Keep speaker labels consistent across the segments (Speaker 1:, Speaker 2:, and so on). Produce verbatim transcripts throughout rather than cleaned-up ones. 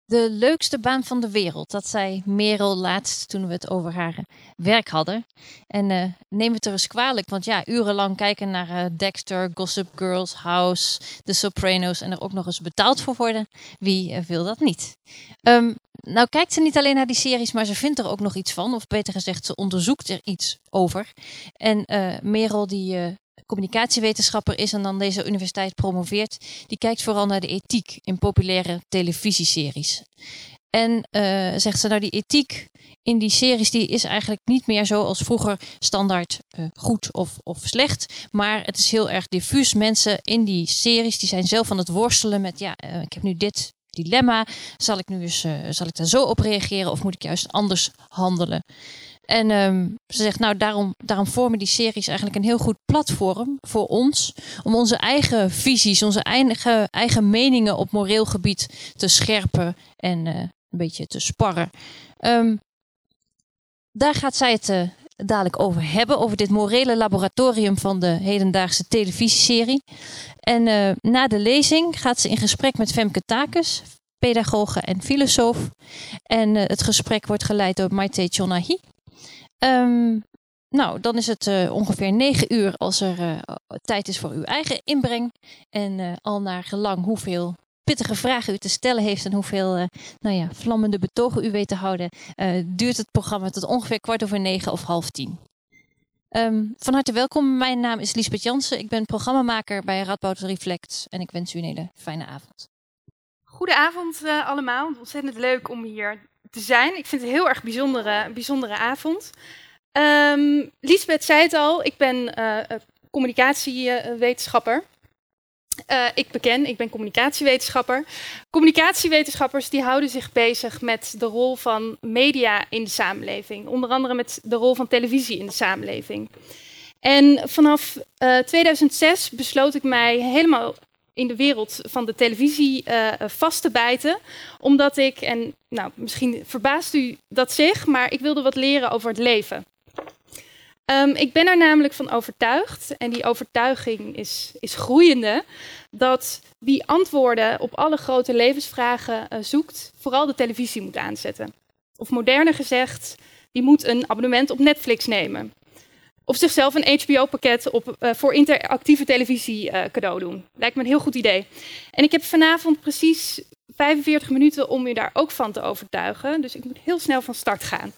Speaker 1: De leukste baan van de wereld. Dat zei Merel laatst toen we het over haar uh, werk hadden. En uh, neem het er eens kwalijk, want ja, urenlang kijken naar uh, Dexter, Gossip Girls, House, The Sopranos en er ook nog eens betaald voor worden. Wie uh, wil dat niet? Um, nou kijkt ze niet alleen naar die series, maar ze vindt er ook nog iets van. Of beter gezegd, ze onderzoekt er iets over. En uh, Merel die... Uh, communicatiewetenschapper is en dan deze universiteit promoveert, die kijkt vooral naar de ethiek in populaire televisieseries. En uh, zegt ze, nou die ethiek in die series die is eigenlijk niet meer zo als vroeger standaard uh, goed of, of slecht. Maar het is heel erg diffuus. Mensen in die series die zijn zelf aan het worstelen met, ja, uh, ik heb nu dit dilemma. Zal ik nu eens, uh, zal ik daar zo op reageren of moet ik juist anders handelen? En um, ze zegt, nou daarom, daarom vormen die series eigenlijk een heel goed platform voor ons. Om onze eigen visies, onze eigen, eigen meningen op moreel gebied te scherpen en uh, een beetje te sparren. Um, daar gaat zij het uh, dadelijk over hebben. Over dit morele laboratorium van de hedendaagse televisieserie. En uh, na de lezing gaat ze in gesprek met Femke Takes, pedagoge en filosoof. En uh, het gesprek wordt geleid door Maite Chonahi. Um, nou, dan is het uh, ongeveer negen uur als er uh, tijd is voor uw eigen inbreng. En uh, al naar gelang hoeveel pittige vragen u te stellen heeft en hoeveel uh, nou ja, vlammende betogen u weet te houden, uh, duurt het programma tot ongeveer kwart over negen of half tien. Um, van harte welkom, mijn naam is Liesbeth Jansen. Ik ben programmamaker bij Radboud Reflect en ik wens u een hele fijne avond.
Speaker 2: Goedenavond uh, allemaal, ontzettend leuk om hier te zijn. Ik vind het een heel erg bijzondere, bijzondere avond. Um, Liesbeth zei het al, ik ben uh, communicatiewetenschapper. Uh, ik beken, ik ben communicatiewetenschapper. Communicatiewetenschappers die houden zich bezig met de rol van media in de samenleving. Onder andere met de rol van televisie in de samenleving. En vanaf uh, tweeduizend zes besloot ik mij helemaal in de wereld van de televisie uh, vast te bijten. Omdat ik, en nou, misschien verbaast u dat zich, maar ik wilde wat leren over het leven. Um, ik ben er namelijk van overtuigd, en die overtuiging is, is groeiende, dat wie antwoorden op alle grote levensvragen uh, zoekt, vooral de televisie moet aanzetten. Of moderner gezegd, die moet een abonnement op Netflix nemen. Of zichzelf een H B O-pakket op, uh, voor interactieve televisie uh, cadeau doen. Lijkt me een heel goed idee. En ik heb vanavond precies vijfenveertig minuten om u daar ook van te overtuigen. Dus ik moet heel snel van start gaan.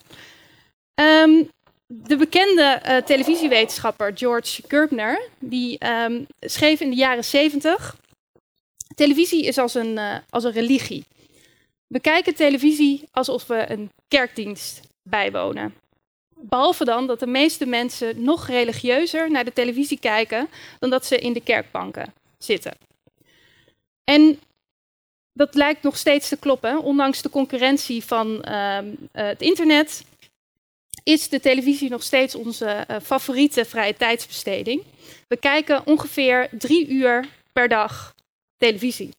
Speaker 2: Um, de bekende uh, televisiewetenschapper George Gerbner, die um, schreef in de jaren zeventig... televisie is als een, uh, als een religie. We kijken televisie alsof we een kerkdienst bijwonen. Behalve dan dat de meeste mensen nog religieuzer naar de televisie kijken dan dat ze in de kerkbanken zitten. En dat lijkt nog steeds te kloppen. Ondanks de concurrentie van uh, uh, het internet is de televisie nog steeds onze uh, favoriete vrije tijdsbesteding. We kijken ongeveer drie uur per dag televisie.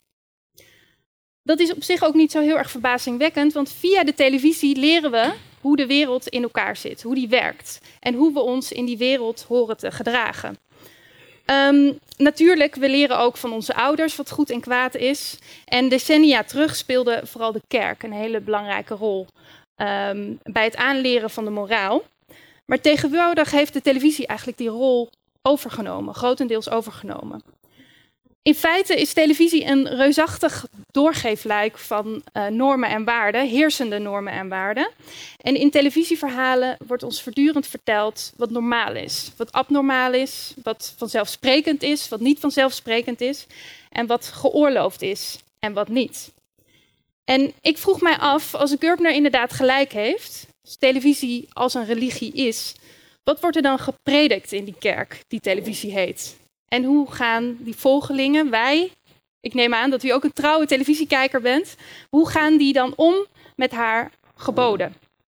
Speaker 2: Dat is op zich ook niet zo heel erg verbazingwekkend, want via de televisie leren we hoe de wereld in elkaar zit, hoe die werkt en hoe we ons in die wereld horen te gedragen. Um, natuurlijk, we leren ook van onze ouders wat goed en kwaad is. En decennia terug speelde vooral de kerk een hele belangrijke rol um, bij het aanleren van de moraal. Maar tegenwoordig heeft de televisie eigenlijk die rol overgenomen, grotendeels overgenomen. In feite is televisie een reusachtig doorgeefluik van uh, normen en waarden, heersende normen en waarden. En in televisieverhalen wordt ons voortdurend verteld wat normaal is, wat abnormaal is, wat vanzelfsprekend is, wat niet vanzelfsprekend is en wat geoorloofd is en wat niet. En ik vroeg mij af, als Gerbner inderdaad gelijk heeft, als televisie als een religie is, wat wordt er dan gepredikt in die kerk die televisie heet? En hoe gaan die volgelingen, wij, ik neem aan dat u ook een trouwe televisiekijker bent, hoe gaan die dan om met haar geboden?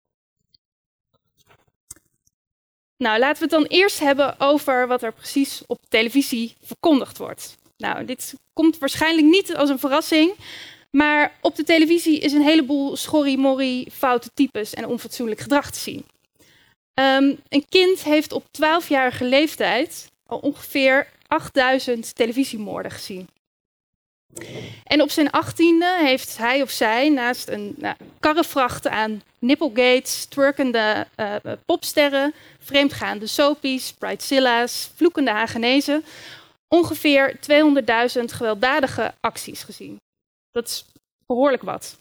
Speaker 2: Nou, laten we het dan eerst hebben over wat er precies op televisie verkondigd wordt. Nou, dit komt waarschijnlijk niet als een verrassing, maar op de televisie is een heleboel schorrie-morrie, foute types en onfatsoenlijk gedrag te zien. Um, een kind heeft op twaalfjarige leeftijd al ongeveer achtduizend televisiemoorden gezien. En op zijn achttiende heeft hij of zij naast een nou, karrevracht aan nipplegates, twerkende uh, popsterren, vreemdgaande soapies, bridezilla's, vloekende Hagenezen, ongeveer tweehonderdduizend gewelddadige acties gezien. Dat is behoorlijk wat.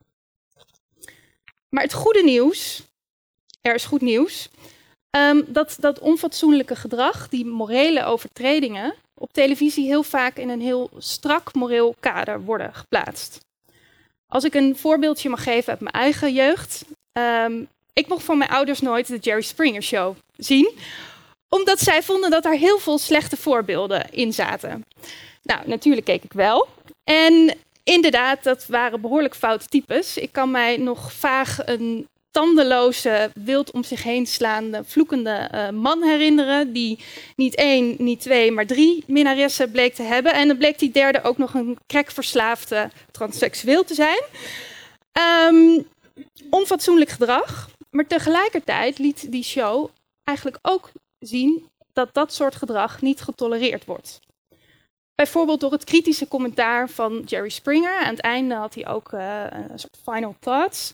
Speaker 2: Maar het goede nieuws, er is goed nieuws, um, dat dat onfatsoenlijke gedrag, die morele overtredingen, op televisie heel vaak in een heel strak moreel kader worden geplaatst. Als ik een voorbeeldje mag geven uit mijn eigen jeugd. Um, ik mocht van mijn ouders nooit de Jerry Springer Show zien, omdat zij vonden dat er heel veel slechte voorbeelden in zaten. Nou, natuurlijk keek ik wel. En inderdaad, dat waren behoorlijk foute types. Ik kan mij nog vaag een tandeloze, wild om zich heen slaande, vloekende uh, man herinneren, die niet één, niet twee, maar drie minnaressen bleek te hebben. En dan bleek die derde ook nog een crackverslaafde transseksueel te zijn. Um, onfatsoenlijk gedrag, maar tegelijkertijd liet die show eigenlijk ook zien dat dat soort gedrag niet getolereerd wordt. Bijvoorbeeld door het kritische commentaar van Jerry Springer. Aan het einde had hij ook uh, een soort final thoughts.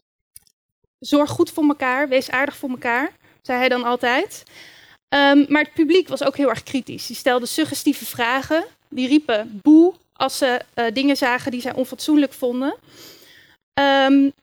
Speaker 2: Zorg goed voor elkaar, wees aardig voor elkaar, zei hij dan altijd. Um, maar het publiek was ook heel erg kritisch. Die stelde suggestieve vragen. Die riepen boe als ze uh, dingen zagen die zij onfatsoenlijk vonden. Um,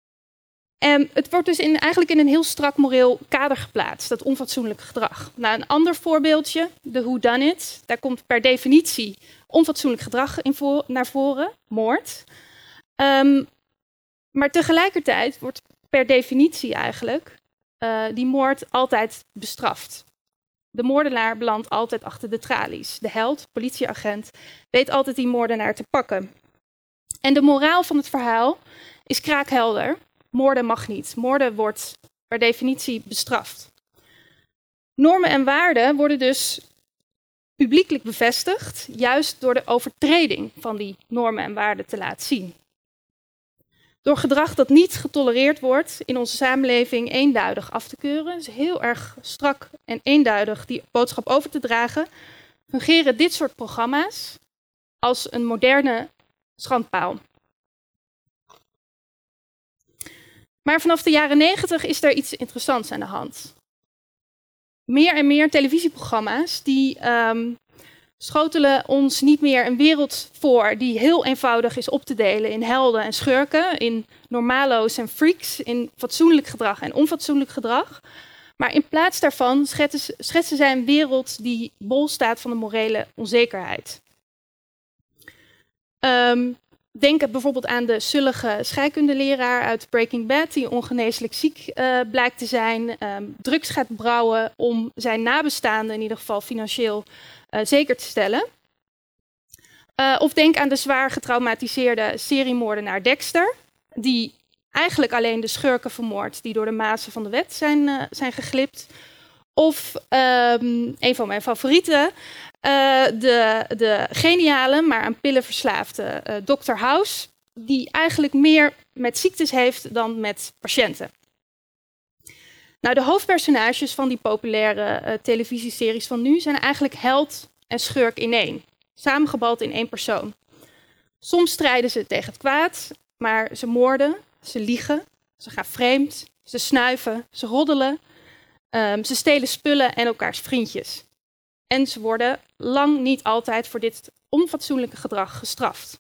Speaker 2: en het wordt dus in, eigenlijk in een heel strak moreel kader geplaatst, dat onfatsoenlijk gedrag. Nou, een ander voorbeeldje, de whodunit. Daar komt per definitie onfatsoenlijk gedrag in voor, naar voren, moord. Um, maar tegelijkertijd wordt per definitie eigenlijk uh, die moord altijd bestraft. De moordenaar belandt altijd achter de tralies. De held, politieagent, weet altijd die moordenaar te pakken. En de moraal van het verhaal is kraakhelder. Moorden mag niet. Moorden wordt per definitie bestraft. Normen en waarden worden dus publiekelijk bevestigd, juist door de overtreding van die normen en waarden te laten zien. Door gedrag dat niet getolereerd wordt in onze samenleving eenduidig af te keuren, dus heel erg strak en eenduidig die boodschap over te dragen, fungeren dit soort programma's als een moderne schandpaal. Maar vanaf de jaren negentig is er iets interessants aan de hand. Meer en meer televisieprogramma's die um, schotelen ons niet meer een wereld voor die heel eenvoudig is op te delen in helden en schurken, in normalo's en freaks, in fatsoenlijk gedrag en onfatsoenlijk gedrag. Maar in plaats daarvan schetsen, schetsen zij een wereld die bol staat van de morele onzekerheid. Um, Denk bijvoorbeeld aan de sullige scheikundeleraar uit Breaking Bad, die ongeneeslijk ziek uh, blijkt te zijn, um, drugs gaat brouwen om zijn nabestaanden in ieder geval financieel uh, zeker te stellen. Uh, of denk aan de zwaar getraumatiseerde seriemoordenaar Dexter, die eigenlijk alleen de schurken vermoordt die door de mazen van de wet zijn, uh, zijn geglipt. Of um, een van mijn favorieten, uh, de, de geniale, maar aan pillen verslaafde uh, dokter House, die eigenlijk meer met ziektes heeft dan met patiënten. Nou, de hoofdpersonages van die populaire uh, televisieseries van nu zijn eigenlijk held en schurk in één, samengebald in één persoon. Soms strijden ze tegen het kwaad, maar ze moorden, ze liegen, ze gaan vreemd, ze snuiven, ze roddelen. Um, ze stelen spullen en elkaars vriendjes. En ze worden lang niet altijd voor dit onfatsoenlijke gedrag gestraft.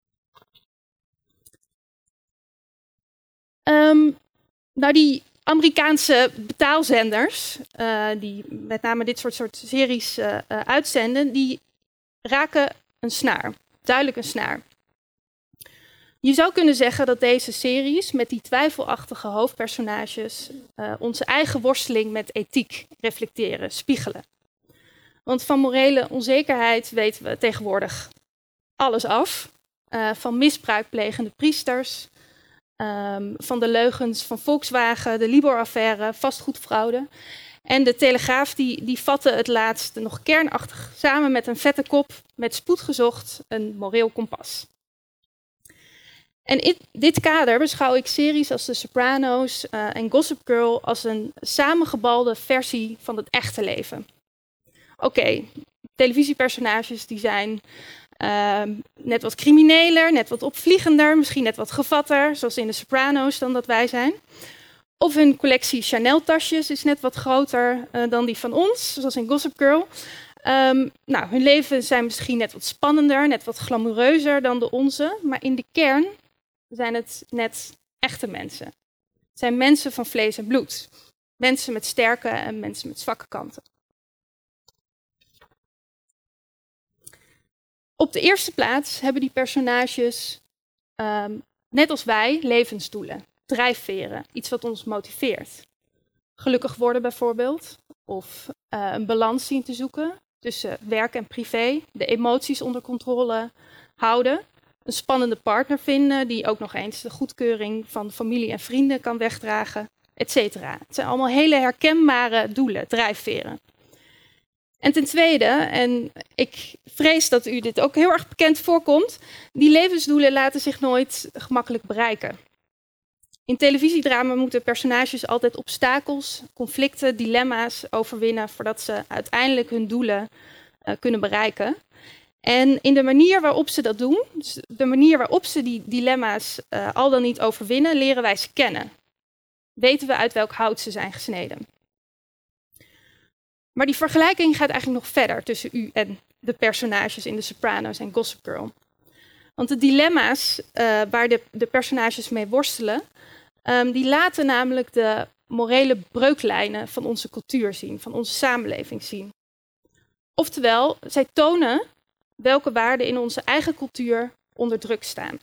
Speaker 2: Um, nou, die Amerikaanse betaalzenders, uh, die met name dit soort, soort series uh, uh, uitzenden, die raken een snaar. Duidelijk een snaar. Je zou kunnen zeggen dat deze series met die twijfelachtige hoofdpersonages uh, onze eigen worsteling met ethiek reflecteren, spiegelen. Want van morele onzekerheid weten we tegenwoordig alles af. Uh, van misbruikplegende priesters, um, van de leugens van Volkswagen, de Libor-affaire, vastgoedfraude. En de Telegraaf die, die vatte het laatst nog kernachtig samen met een vette kop met spoed gezocht een moreel kompas. En in dit kader beschouw ik series als The Sopranos uh, en Gossip Girl als een samengebalde versie van het echte leven. Oké, okay, televisiepersonages die zijn Uh, net wat crimineler, net wat opvliegender, misschien net wat gevatter, zoals in de Soprano's dan dat wij zijn. Of hun collectie Chanel-tasjes is net wat groter uh, dan die van ons, zoals in Gossip Girl. Um, nou, hun leven zijn misschien net wat spannender, net wat glamoureuzer dan de onze, maar in de kern zijn het net echte mensen. Het zijn mensen van vlees en bloed. Mensen met sterke en mensen met zwakke kanten. Op de eerste plaats hebben die personages, um, net als wij, levensdoelen, drijfveren, iets wat ons motiveert. Gelukkig worden bijvoorbeeld, of uh, een balans zien te zoeken tussen werk en privé, de emoties onder controle houden, een spannende partner vinden die ook nog eens de goedkeuring van familie en vrienden kan wegdragen, et cetera. Het zijn allemaal hele herkenbare doelen, drijfveren. En ten tweede, en ik vrees dat u dit ook heel erg bekend voorkomt, die levensdoelen laten zich nooit gemakkelijk bereiken. In televisiedrama moeten personages altijd obstakels, conflicten, dilemma's overwinnen voordat ze uiteindelijk hun doelen uh, kunnen bereiken. En in de manier waarop ze dat doen, dus de manier waarop ze die dilemma's uh, al dan niet overwinnen, leren wij ze kennen. Weten we uit welk hout ze zijn gesneden. Maar die vergelijking gaat eigenlijk nog verder tussen u en de personages in de Soprano's en Gossip Girl. Want de dilemma's uh, waar de, de personages mee worstelen, um, die laten namelijk de morele breuklijnen van onze cultuur zien, van onze samenleving zien. Oftewel, zij tonen welke waarden in onze eigen cultuur onder druk staan.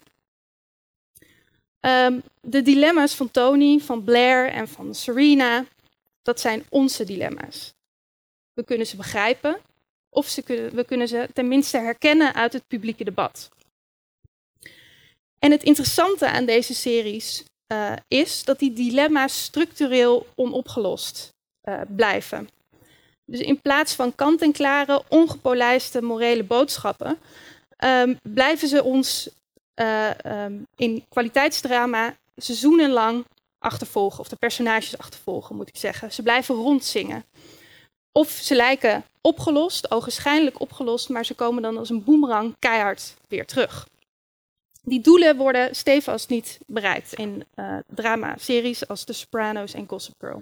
Speaker 2: Um, de dilemma's van Tony, van Blair en van Serena, dat zijn onze dilemma's. We kunnen ze begrijpen of ze kunnen, we kunnen ze tenminste herkennen uit het publieke debat. En het interessante aan deze series uh, is dat die dilemma's structureel onopgelost uh, blijven. Dus in plaats van kant-en-klare, ongepolijste morele boodschappen, um, blijven ze ons uh, um, in kwaliteitsdrama seizoenenlang achtervolgen, of de personages achtervolgen, moet ik zeggen. Ze blijven rondzingen. Of ze lijken opgelost, ogenschijnlijk opgelost, maar ze komen dan als een boemerang keihard weer terug. Die doelen worden stevast niet bereikt in uh, drama-series als The Soprano's en Gossip Girl.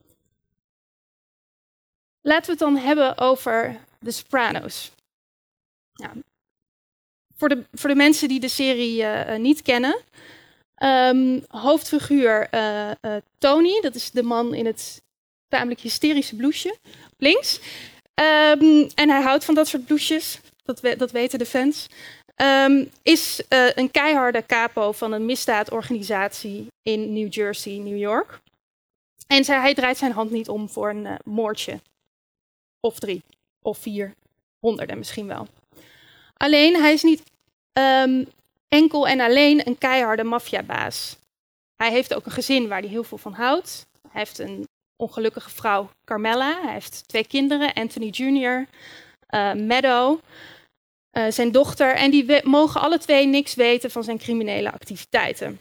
Speaker 2: Laten we het dan hebben over The Soprano's. Ja, voor, de, voor de mensen die de serie uh, niet kennen. Um, hoofdfiguur uh, uh, Tony, dat is de man in het tamelijk hysterische blouseje, links. Um, en hij houdt van dat soort blouses, dat, we, dat weten de fans. Um, is uh, een keiharde capo van een misdaadorganisatie in New Jersey, New York. En zij, hij draait zijn hand niet om voor een uh, moordje. Of drie, of vier, honderden misschien wel. Alleen, hij is niet um, enkel en alleen een keiharde maffiabaas. Hij heeft ook een gezin waar hij heel veel van houdt. Hij heeft een ongelukkige vrouw, Carmela. Hij heeft twee kinderen, Anthony junior, uh, Meadow, uh, zijn dochter. En die we- mogen alle twee niks weten van zijn criminele activiteiten.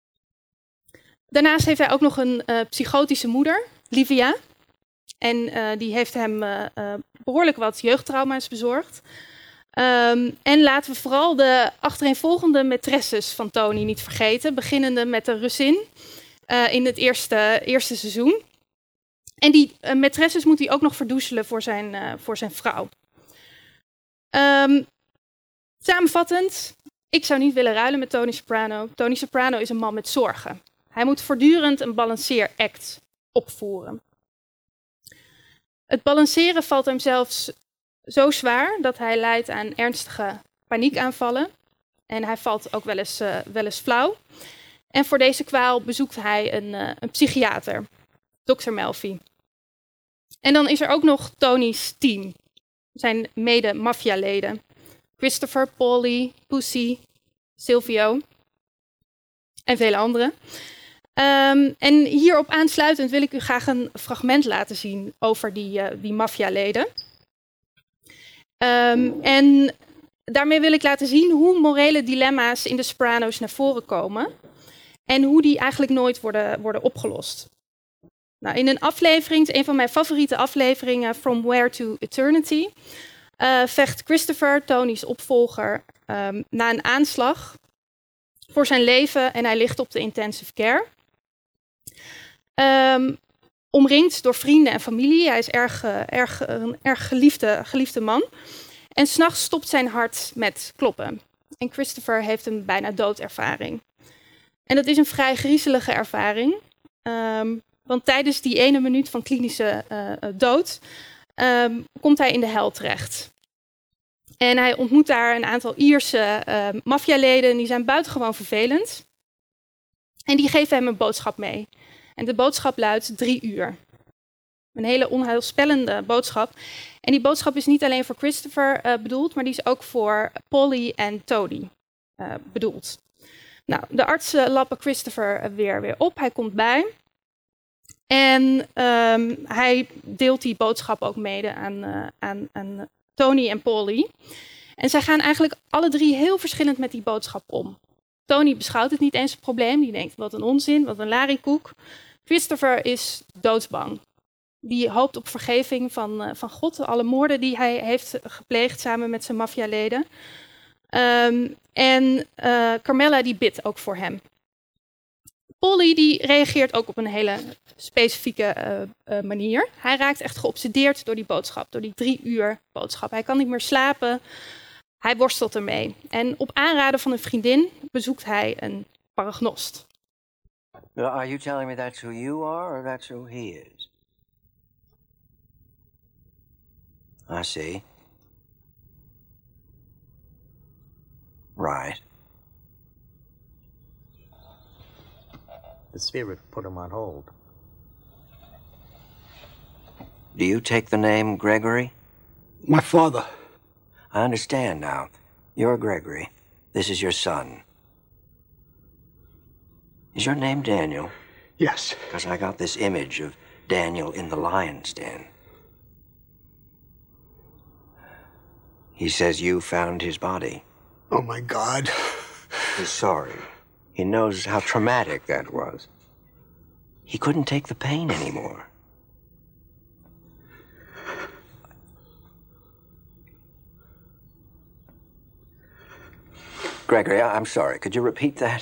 Speaker 2: Daarnaast heeft hij ook nog een uh, psychotische moeder, Livia. En uh, die heeft hem uh, uh, behoorlijk wat jeugdtrauma's bezorgd. Um, en laten we vooral de achtereenvolgende maîtresses van Tony niet vergeten. Beginnende met de Russin uh, in het eerste, eerste seizoen. En die uh, maîtresses moet hij ook nog verdoezelen voor zijn, uh, voor zijn vrouw. Um, samenvattend, ik zou niet willen ruilen met Tony Soprano. Tony Soprano is een man met zorgen. Hij moet voortdurend een balanceeract opvoeren. Het balanceren valt hem zelfs zo zwaar dat hij lijdt aan ernstige paniekaanvallen. En hij valt ook wel eens, uh, wel eens flauw. En voor deze kwaal bezoekt hij een, uh, een psychiater, dokter Melfi. En dan is er ook nog Tony's team, zijn mede-maffialeden. Christopher, Paulie, Pussy, Silvio en vele anderen. Um, en hierop aansluitend wil ik u graag een fragment laten zien over die, uh, die maffialeden. Um, en daarmee wil ik laten zien hoe morele dilemma's in de Soprano's naar voren komen. En hoe die eigenlijk nooit worden, worden opgelost. Nou, in een aflevering, een van mijn favoriete afleveringen, From Where to Eternity, uh, vecht Christopher, Tony's opvolger, um, na een aanslag voor zijn leven en hij ligt op de intensive care. Um, omringd door vrienden en familie. Hij is erg, uh, erg, een erg geliefde, geliefde man. En 's nachts stopt zijn hart met kloppen. En Christopher heeft een bijna doodervaring. En dat is een vrij griezelige ervaring. Um, want tijdens die ene minuut van klinische uh, dood um, komt hij in de hel terecht. En hij ontmoet daar een aantal Ierse uh, maffialeden. Die zijn buitengewoon vervelend. En die geven hem een boodschap mee. En de boodschap luidt drie uur. Een hele onheilspellende boodschap. En die boodschap is niet alleen voor Christopher uh, bedoeld, maar die is ook voor Polly en Tony uh, bedoeld. Nou, de artsen lappen Christopher weer, weer op. Hij komt bij. En um, hij deelt die boodschap ook mede aan, uh, aan, aan Tony en Polly. En zij gaan eigenlijk alle drie heel verschillend met die boodschap om. Tony beschouwt het niet eens een probleem. Die denkt, wat een onzin, wat een lariekoek. Christopher is doodsbang. Die hoopt op vergeving van, uh, van God. Alle moorden die hij heeft gepleegd samen met zijn maffialeden. Um, en uh, Carmela die bidt ook voor hem. Polly die reageert ook op een hele specifieke uh, uh, manier. Hij raakt echt geobsedeerd door die boodschap. Door die drie uur boodschap. Hij kan niet meer slapen. Hij worstelt ermee. En op aanraden van een vriendin bezoekt hij een paragnost.
Speaker 3: Are you telling me that's who you are or that's who he is? I see. Right.
Speaker 4: The spirit put him on hold.
Speaker 3: Do you take the name Gregory?
Speaker 5: My father.
Speaker 3: I understand now. You're Gregory. This is your son. Is your name Daniel?
Speaker 5: Yes.
Speaker 3: Because I got this image of Daniel in the lion's den. He says you found his body.
Speaker 5: Oh, my God.
Speaker 3: He's sorry. He knows how traumatic that was. He couldn't take the pain anymore. Gregory, I- I'm sorry. Could you repeat that?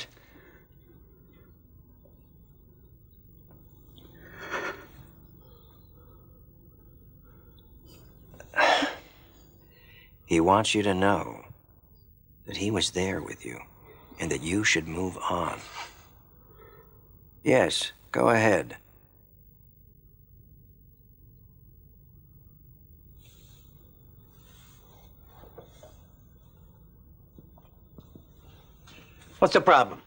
Speaker 3: He wants you to know that he was there with you and that you should move on. Yes, go ahead.
Speaker 4: What's the problem?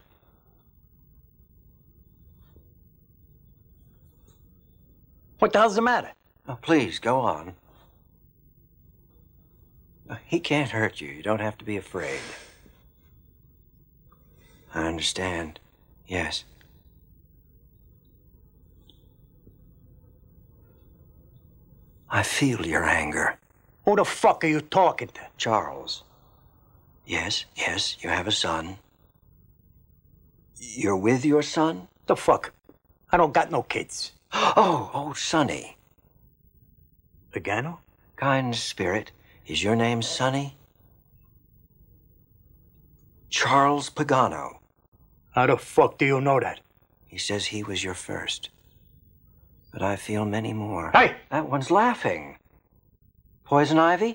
Speaker 4: What the hell's the matter?
Speaker 3: Oh, please, go on. He can't hurt you. You don't have to be afraid. I understand. Yes. I feel your anger.
Speaker 4: Who the fuck are you talking to?
Speaker 3: Charles. Yes, yes, you have a son. You're with your son?
Speaker 4: The fuck? I don't got no kids.
Speaker 3: Oh, oh, Sonny.
Speaker 4: Pagano?
Speaker 3: Kind spirit. Is your name Sonny? Charles Pagano.
Speaker 4: How the fuck do you know that?
Speaker 3: He says he was your first. But I feel many more.
Speaker 4: Hey!
Speaker 3: That one's laughing. Poison ivy?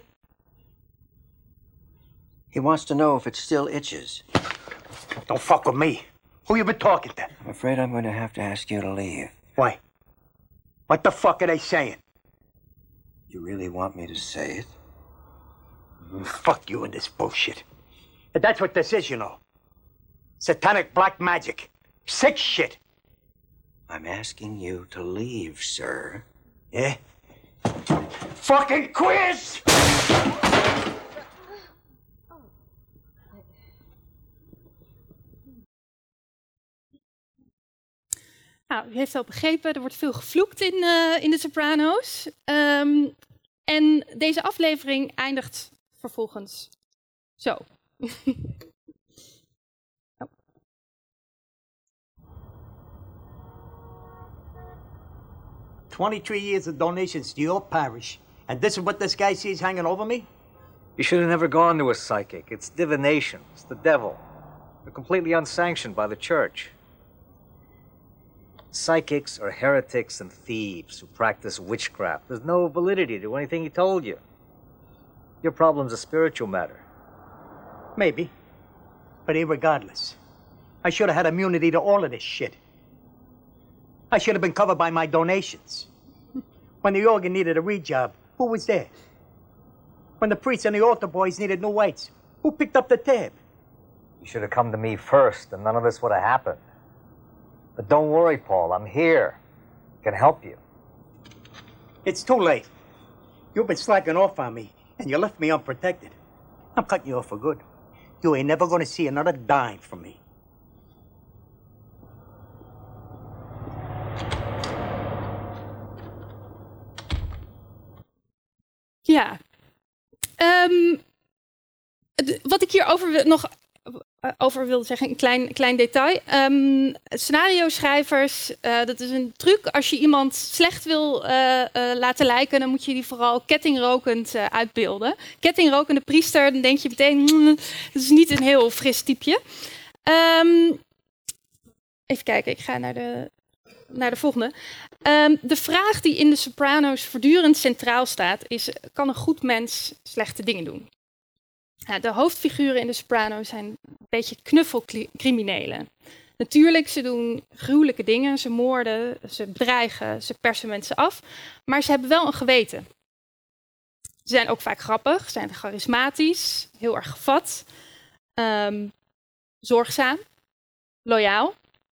Speaker 3: He wants to know if it still itches.
Speaker 4: Don't fuck with me. Who you been talking to?
Speaker 3: I'm afraid I'm going to have to ask you to leave.
Speaker 4: Why? What the fuck are they saying?
Speaker 3: You really want me to say it?
Speaker 4: Fuck you and this bullshit. And that's what this is, you know. Satanic black magic. Sick shit.
Speaker 3: I'm asking you to leave, sir.
Speaker 4: Yeah? Fucking quiz!
Speaker 2: Nou, u heeft wel begrepen, er wordt veel gevloekt in, uh, in de Soprano's. Um, en deze aflevering eindigt vervolgens zo. oh.
Speaker 4: twenty-three years of donations to your parish. And this is what this guy sees hanging over me?
Speaker 6: You should have never gone to a psychic. It's divination. It's the devil. They're completely unsanctioned by the church. Psychics are heretics and thieves who practice witchcraft. There's no validity to anything he told you. Your problem's a spiritual matter.
Speaker 4: Maybe. But irregardless, I should have had immunity to all of this shit. I should have been covered by my donations. When the organ needed a rejob, who was there? When the priests and the altar boys needed new weights, who picked up the tab?
Speaker 6: You should have come to me first, and none of this would have happened. But don't worry, Paul. I'm here. I can help you.
Speaker 4: It's too late. You've been slacking off on me, and you left me unprotected. I'm cutting you off for good. You ain't never gonna see another dime from me.
Speaker 2: Ja. Um, wat ik hierover wil, nog uh, over wil zeggen, een klein, klein detail. Um, scenario schrijvers, uh, dat is een truc. Als je iemand slecht wil uh, uh, laten lijken, dan moet je die vooral kettingrokend uh, uitbeelden. Kettingrokende priester, dan denk je meteen, mm, dat is niet een heel fris typeje. Um, even kijken, ik ga naar de... Naar de volgende. Um, de vraag die in de Sopranos voortdurend centraal staat is: kan een goed mens slechte dingen doen? Ja, de hoofdfiguren in de Sopranos zijn een beetje knuffelcriminelen. Natuurlijk, ze doen gruwelijke dingen, ze moorden, ze bedreigen, ze persen mensen af, maar ze hebben wel een geweten. Ze zijn ook vaak grappig, ze zijn charismatisch, heel erg gevat, um, zorgzaam, loyaal.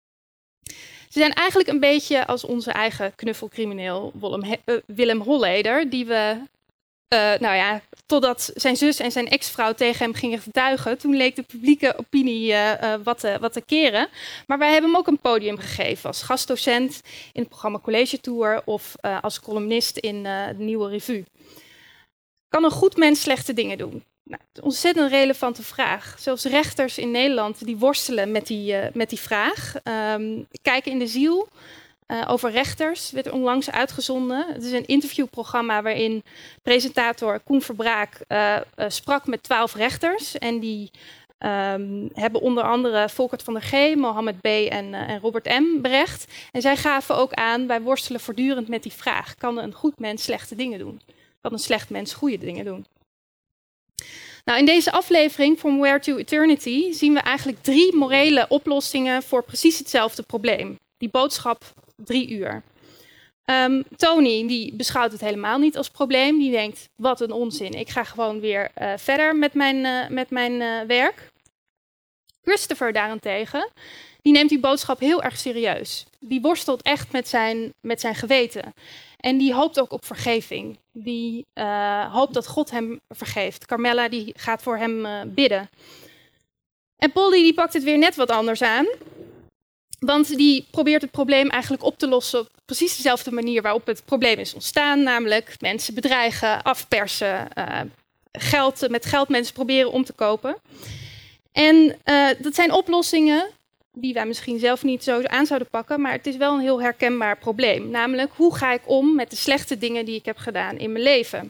Speaker 2: Ze zijn eigenlijk een beetje als onze eigen knuffelcrimineel Willem Holleder, die we, uh, nou ja, totdat zijn zus en zijn ex-vrouw tegen hem gingen getuigen, toen leek de publieke opinie uh, uh, wat, te, wat te keren. Maar wij hebben hem ook een podium gegeven als gastdocent in het programma College Tour of uh, als columnist in uh, de Nieuwe Revue. Kan een goed mens slechte dingen doen? Nou, een ontzettend relevante vraag. Zelfs rechters in Nederland die worstelen met die, uh, met die vraag. Um, Kijken in de ziel uh, over rechters werd onlangs uitgezonden. Het is een interviewprogramma waarin presentator Koen Verbraak uh, uh, sprak met twaalf rechters. En die um, hebben onder andere Volkert van der G, Mohammed B. en, uh, en Robert M. berecht. En zij gaven ook aan, wij worstelen voortdurend met die vraag. Kan een goed mens slechte dingen doen? Kan een slecht mens goede dingen doen? Nou, in deze aflevering, From Where to Eternity, zien we eigenlijk drie morele oplossingen voor precies hetzelfde probleem. Die boodschap, drie uur. Um, Tony, die beschouwt het helemaal niet als probleem. Die denkt, wat een onzin. Ik ga gewoon weer uh, verder met mijn, uh, met mijn uh, werk. Christopher daarentegen, die neemt die boodschap heel erg serieus. Die worstelt echt met zijn, met zijn geweten. En die hoopt ook op vergeving. Die uh, hoopt dat God hem vergeeft. Carmela die gaat voor hem uh, bidden. En Polly die pakt het weer net wat anders aan. Want die probeert het probleem eigenlijk op te lossen op precies dezelfde manier waarop het probleem is ontstaan. Namelijk mensen bedreigen, afpersen, uh, geld, met geld mensen proberen om te kopen. En uh, dat zijn oplossingen die wij misschien zelf niet zo aan zouden pakken, maar het is wel een heel herkenbaar probleem. Namelijk, hoe ga ik om met de slechte dingen die ik heb gedaan in mijn leven?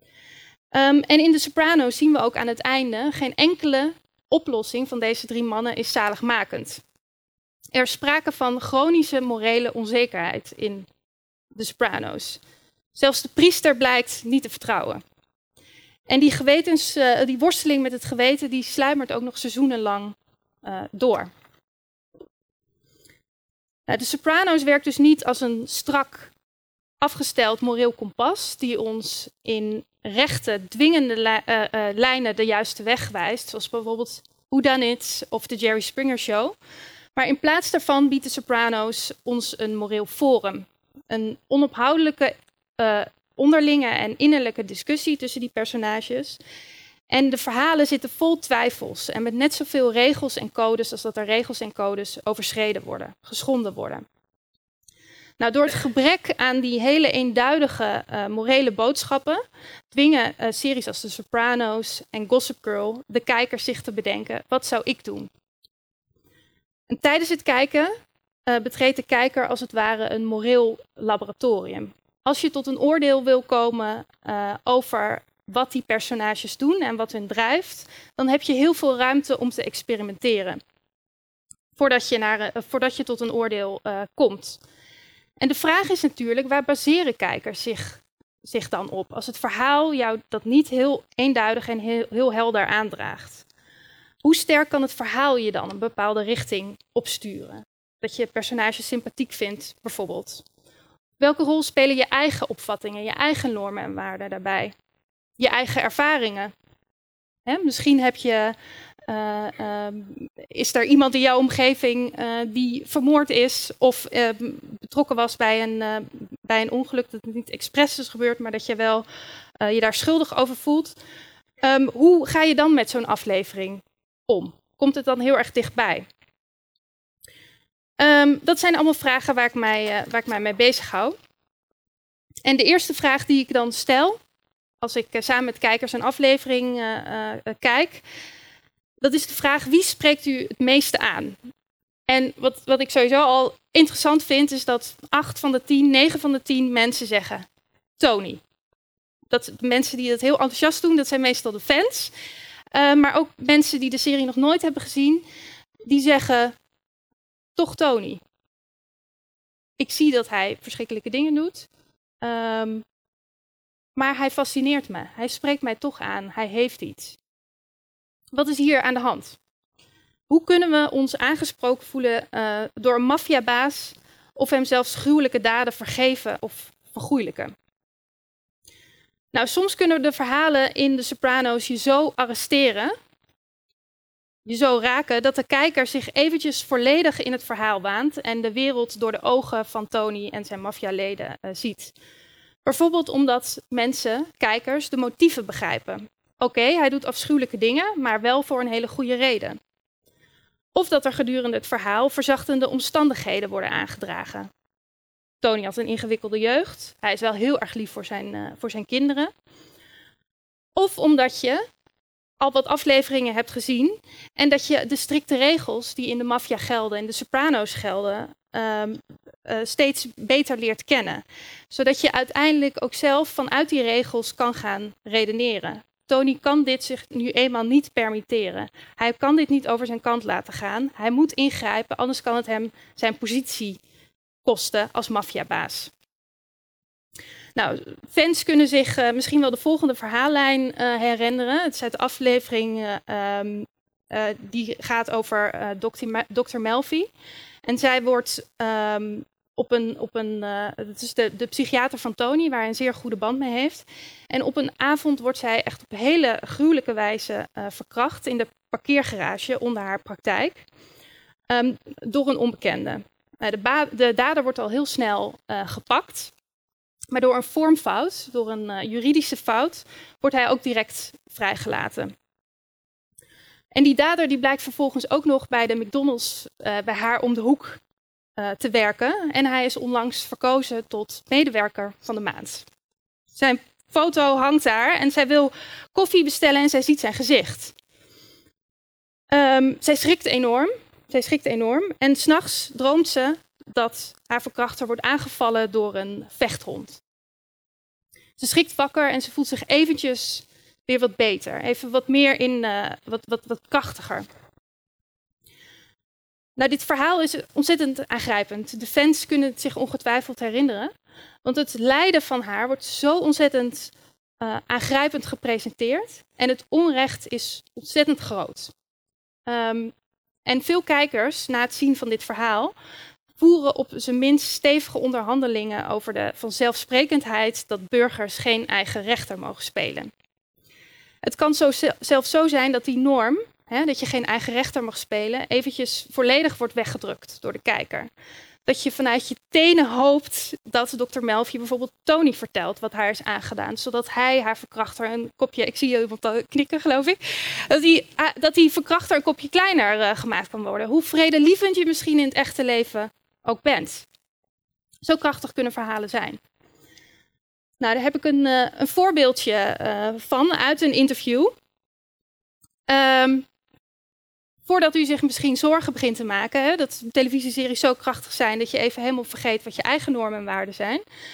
Speaker 2: Um, en in de Sopranos zien we ook aan het einde, geen enkele oplossing van deze drie mannen is zaligmakend. Er is sprake van chronische morele onzekerheid in de Sopranos. Zelfs de priester blijkt niet te vertrouwen. En die, gewetens, uh, die worsteling met het geweten, die sluimert ook nog seizoenenlang uh, door. De Sopranos werkt dus niet als een strak afgesteld moreel kompas die ons in rechte, dwingende li- uh, uh, lijnen de juiste weg wijst, zoals bijvoorbeeld Whodunit of de Jerry Springer Show. Maar in plaats daarvan biedt de Sopranos ons een moreel forum. Een onophoudelijke uh, onderlinge en innerlijke discussie tussen die personages. En de verhalen zitten vol twijfels en met net zoveel regels en codes als dat er regels en codes overschreden worden, geschonden worden. Nou, door het gebrek aan die hele eenduidige uh, morele boodschappen dwingen uh, series als The Sopranos en Gossip Girl de kijker zich te bedenken, wat zou ik doen? En tijdens het kijken uh, betreedt de kijker als het ware een moreel laboratorium. Als je tot een oordeel wil komen uh, over wat die personages doen en wat hun drijft, dan heb je heel veel ruimte om te experimenteren. Voordat je, naar, uh, voordat je tot een oordeel uh, komt. En de vraag is natuurlijk, waar baseren kijkers zich, zich dan op? Als het verhaal jou dat niet heel eenduidig en heel, heel helder aandraagt. Hoe sterk kan het verhaal je dan een bepaalde richting opsturen? Dat je personages sympathiek vindt, bijvoorbeeld. Welke rol spelen je eigen opvattingen, je eigen normen en waarden daarbij? Je eigen ervaringen. Hè, misschien heb je, uh, uh, is er iemand in jouw omgeving uh, die vermoord is of uh, betrokken was bij een, uh, bij een ongeluk dat niet expres is gebeurd, maar dat je wel uh, je daar schuldig over voelt. Um, hoe ga je dan met zo'n aflevering om? Komt het dan heel erg dichtbij? Um, dat zijn allemaal vragen waar ik, mij, uh, waar ik mij mee bezig hou. En de eerste vraag die ik dan stel, als ik uh, samen met kijkers een aflevering uh, uh, kijk, dat is de vraag, wie spreekt u het meeste aan? En wat, wat ik sowieso al interessant vind, is dat acht van de tien, negen van de tien mensen zeggen Tony. Dat de mensen die dat heel enthousiast doen, dat zijn meestal de fans. Uh, maar ook mensen die de serie nog nooit hebben gezien, die zeggen toch Tony. Ik zie dat hij verschrikkelijke dingen doet. Um, maar hij fascineert me. Hij spreekt mij toch aan. Hij heeft iets. Wat is hier aan de hand? Hoe kunnen we ons aangesproken voelen uh, door een maffiabaas of hem zelfs gruwelijke daden vergeven of vergoeilijken? Nou, soms kunnen de verhalen in de Soprano's je zo arresteren, je zo raken, dat de kijker zich eventjes volledig in het verhaal waant en de wereld door de ogen van Tony en zijn maffialeden uh, ziet. Bijvoorbeeld omdat mensen, kijkers, de motieven begrijpen. Oké, okay, hij doet afschuwelijke dingen, maar wel voor een hele goede reden. Of dat er gedurende het verhaal verzachtende omstandigheden worden aangedragen. Tony had een ingewikkelde jeugd. Hij is wel heel erg lief voor zijn, uh, voor zijn kinderen. Of omdat je al wat afleveringen hebt gezien en dat je de strikte regels die in de maffia gelden en de Soprano's gelden, um, uh, steeds beter leert kennen. Zodat je uiteindelijk ook zelf vanuit die regels kan gaan redeneren. Tony kan dit zich nu eenmaal niet permitteren. Hij kan dit niet over zijn kant laten gaan. Hij moet ingrijpen, anders kan het hem zijn positie kosten als maffiabaas. Nou, fans kunnen zich uh, misschien wel de volgende verhaallijn uh, herinneren. Het is uit de aflevering uh, um, uh, die gaat over uh, dokter Melfi. En zij wordt um, op een, op een uh, het is de, de psychiater van Tony, waar hij een zeer goede band mee heeft. En op een avond wordt zij echt op hele gruwelijke wijze uh, verkracht in de parkeergarage onder haar praktijk um, door een onbekende. Uh, de, de dader wordt al heel snel uh, gepakt. Maar door een vormfout, door een uh, juridische fout, wordt hij ook direct vrijgelaten. En die dader die blijkt vervolgens ook nog bij de McDonald's uh, bij haar om de hoek uh, te werken. En hij is onlangs verkozen tot medewerker van de maand. Zijn foto hangt daar en zij wil koffie bestellen en zij ziet zijn gezicht. Um, zij schrikt enorm. Zij schrikt enorm. En 's nachts droomt ze dat haar verkrachter wordt aangevallen door een vechthond. Ze schrikt wakker en ze voelt zich eventjes weer wat beter. Even wat meer in, uh, wat, wat, wat krachtiger. Nou, dit verhaal is ontzettend aangrijpend. De fans kunnen het zich ongetwijfeld herinneren. Want het lijden van haar wordt zo ontzettend uh, aangrijpend gepresenteerd. En het onrecht is ontzettend groot. Um, en veel kijkers, na het zien van dit verhaal, voeren op zijn minst stevige onderhandelingen over de vanzelfsprekendheid dat burgers geen eigen rechter mogen spelen. Het kan zo, zelfs zo zijn dat die norm, hè, dat je geen eigen rechter mag spelen, eventjes volledig wordt weggedrukt door de kijker. Dat je vanuit je tenen hoopt dat dokter Melfi bijvoorbeeld Tony vertelt wat haar is aangedaan, zodat hij haar verkrachter een kopje, ik zie iemand knikken geloof ik, dat die, dat die verkrachter een kopje kleiner uh, gemaakt kan worden. Hoe vredelievend je misschien in het echte leven ook bent. Zo krachtig kunnen verhalen zijn. Nou, daar heb ik een, uh, een voorbeeldje uh, van uit een interview. Um, voordat u zich misschien zorgen begint te maken, hè, dat televisieseries zo krachtig zijn dat je even helemaal vergeet wat je eigen normen en waarden zijn.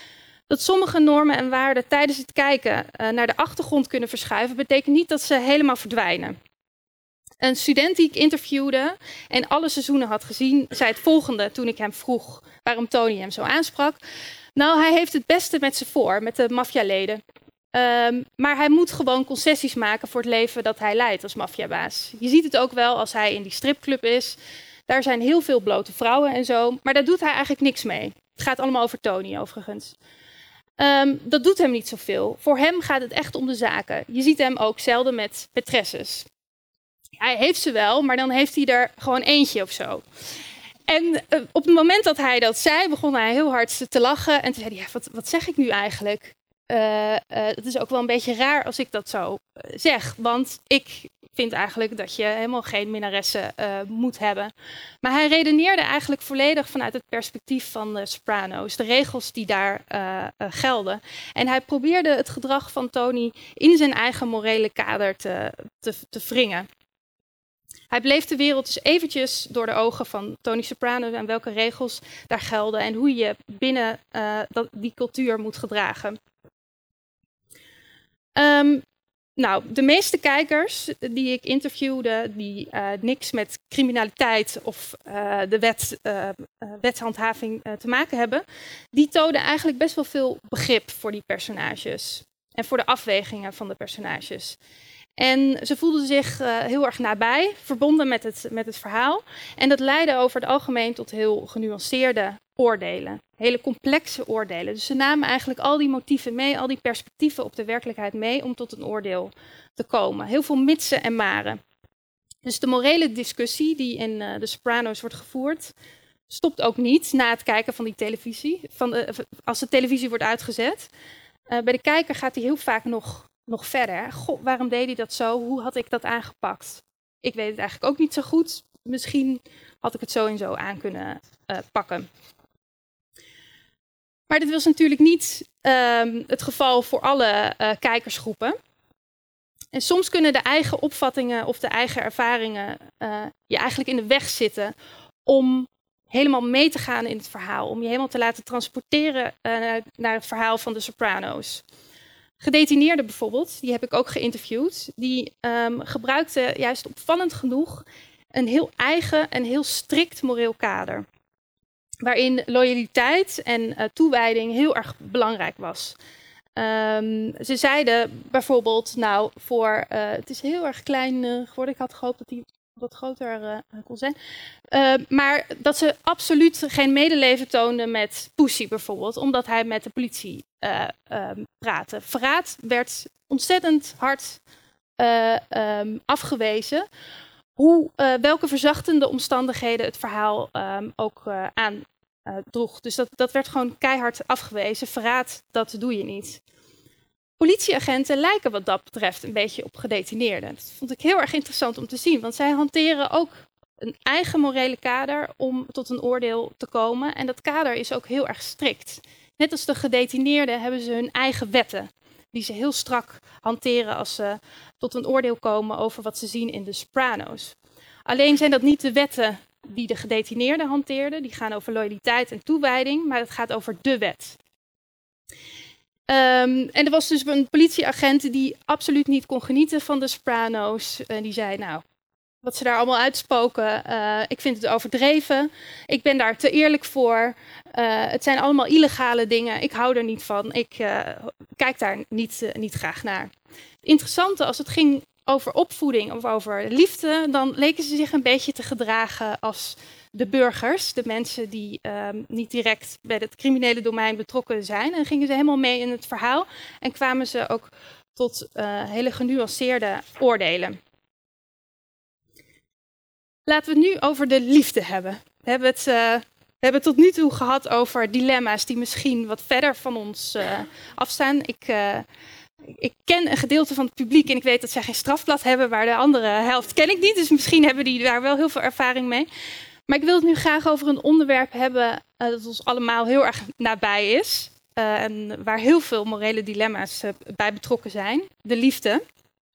Speaker 2: Dat sommige normen en waarden tijdens het kijken uh, naar de achtergrond kunnen verschuiven, betekent niet dat ze helemaal verdwijnen. Een student die ik interviewde en alle seizoenen had gezien, zei het volgende toen ik hem vroeg waarom Tony hem zo aansprak. Nou, hij heeft het beste met ze voor, met de maffialeden. Um, maar hij moet gewoon concessies maken voor het leven dat hij leidt als maffiabaas. Je ziet het ook wel als hij in die stripclub is. Daar zijn heel veel blote vrouwen en zo, maar daar doet hij eigenlijk niks mee. Het gaat allemaal over Tony overigens. Um, dat doet hem niet zoveel. Voor hem gaat het echt om de zaken. Je ziet hem ook zelden met maîtresses. Hij heeft ze wel, maar dan heeft hij er gewoon eentje of zo. En uh, op het moment dat hij dat zei, begon hij heel hard te lachen. En toen zei hij, ja, wat, wat zeg ik nu eigenlijk? Uh, uh, het is ook wel een beetje raar als ik dat zo uh, zeg. Want ik vind eigenlijk dat je helemaal geen minnaressen uh, moet hebben. Maar hij redeneerde eigenlijk volledig vanuit het perspectief van de Sopranos. De regels die daar uh, uh, gelden. En hij probeerde het gedrag van Tony in zijn eigen morele kader te, te, te wringen. Hij bleef de wereld dus eventjes door de ogen van Tony Soprano en welke regels daar gelden en hoe je binnen uh, dat, die cultuur moet gedragen. Um, nou, de meeste kijkers die ik interviewde, die uh, niks met criminaliteit of uh, de wet, uh, uh, wetshandhaving uh, te maken hebben, die tonen eigenlijk best wel veel begrip voor die personages en voor de afwegingen van de personages. En ze voelden zich uh, heel erg nabij, verbonden met het, met het verhaal. En dat leidde over het algemeen tot heel genuanceerde oordelen. Hele complexe oordelen. Dus ze namen eigenlijk al die motieven mee, al die perspectieven op de werkelijkheid mee om tot een oordeel te komen. Heel veel mitsen en maren. Dus de morele discussie die in uh, de Sopranos wordt gevoerd, stopt ook niet na het kijken van die televisie. Van de, als de televisie wordt uitgezet. Uh, bij de kijker gaat hij heel vaak nog... Nog verder. Goh, waarom deed hij dat zo? Hoe had ik dat aangepakt? Ik weet het eigenlijk ook niet zo goed. Misschien had ik het zo en zo aan kunnen uh, pakken. Maar dit was natuurlijk niet um, het geval voor alle uh, kijkersgroepen. En soms kunnen de eigen opvattingen of de eigen ervaringen uh, je eigenlijk in de weg zitten om helemaal mee te gaan in het verhaal. Om je helemaal te laten transporteren uh, naar het verhaal van de Sopranos. Gedetineerden bijvoorbeeld, die heb ik ook geïnterviewd, die um, gebruikten juist opvallend genoeg een heel eigen en heel strikt moreel kader. Waarin loyaliteit en uh, toewijding heel erg belangrijk was. Um, ze zeiden bijvoorbeeld, nou, voor, uh, het is heel erg klein uh, geworden, ik had gehoopt dat die wat groter uh, kon zijn. Uh, maar dat ze absoluut geen medeleven toonden met Pussy bijvoorbeeld, omdat hij met de politie uh, uh, praatte. Verraad werd ontzettend hard uh, um, afgewezen. Hoe, uh, welke verzachtende omstandigheden het verhaal um, ook uh, aandroeg. Dus dat, dat werd gewoon keihard afgewezen. Verraad, dat doe je niet. Politieagenten lijken wat dat betreft een beetje op gedetineerden. Dat vond ik heel erg interessant om te zien, want zij hanteren ook een eigen morele kader om tot een oordeel te komen. En dat kader is ook heel erg strikt. Net als de gedetineerden hebben ze hun eigen wetten, die ze heel strak hanteren als ze tot een oordeel komen over wat ze zien in de Sopranos. Alleen zijn dat niet de wetten die de gedetineerden hanteerden, die gaan over loyaliteit en toewijding, maar het gaat over de wet. Um, en er was dus een politieagent die absoluut niet kon genieten van de Sopranos. Uh, die zei, nou, wat ze daar allemaal uitspoken, uh, ik vind het overdreven. Ik ben daar te eerlijk voor. Uh, het zijn allemaal illegale dingen. Ik hou er niet van. Ik uh, kijk daar niet, uh, niet graag naar. Het interessante, als het ging over opvoeding of over liefde, dan leken ze zich een beetje te gedragen als de burgers, de mensen die um, niet direct bij het criminele domein betrokken zijn. En gingen ze helemaal mee in het verhaal en kwamen ze ook tot uh, hele genuanceerde oordelen. Laten we het nu over de liefde hebben. We hebben het, uh, we hebben het tot nu toe gehad over dilemma's die misschien wat verder van ons uh, afstaan. Ik, uh, ik ken een gedeelte van het publiek en ik weet dat zij geen strafblad hebben, waar de andere helft ken ik niet. Dus misschien hebben die daar wel heel veel ervaring mee. Maar ik wil het nu graag over een onderwerp hebben uh, dat ons allemaal heel erg nabij is. Uh, en waar heel veel morele dilemma's uh, bij betrokken zijn. De liefde.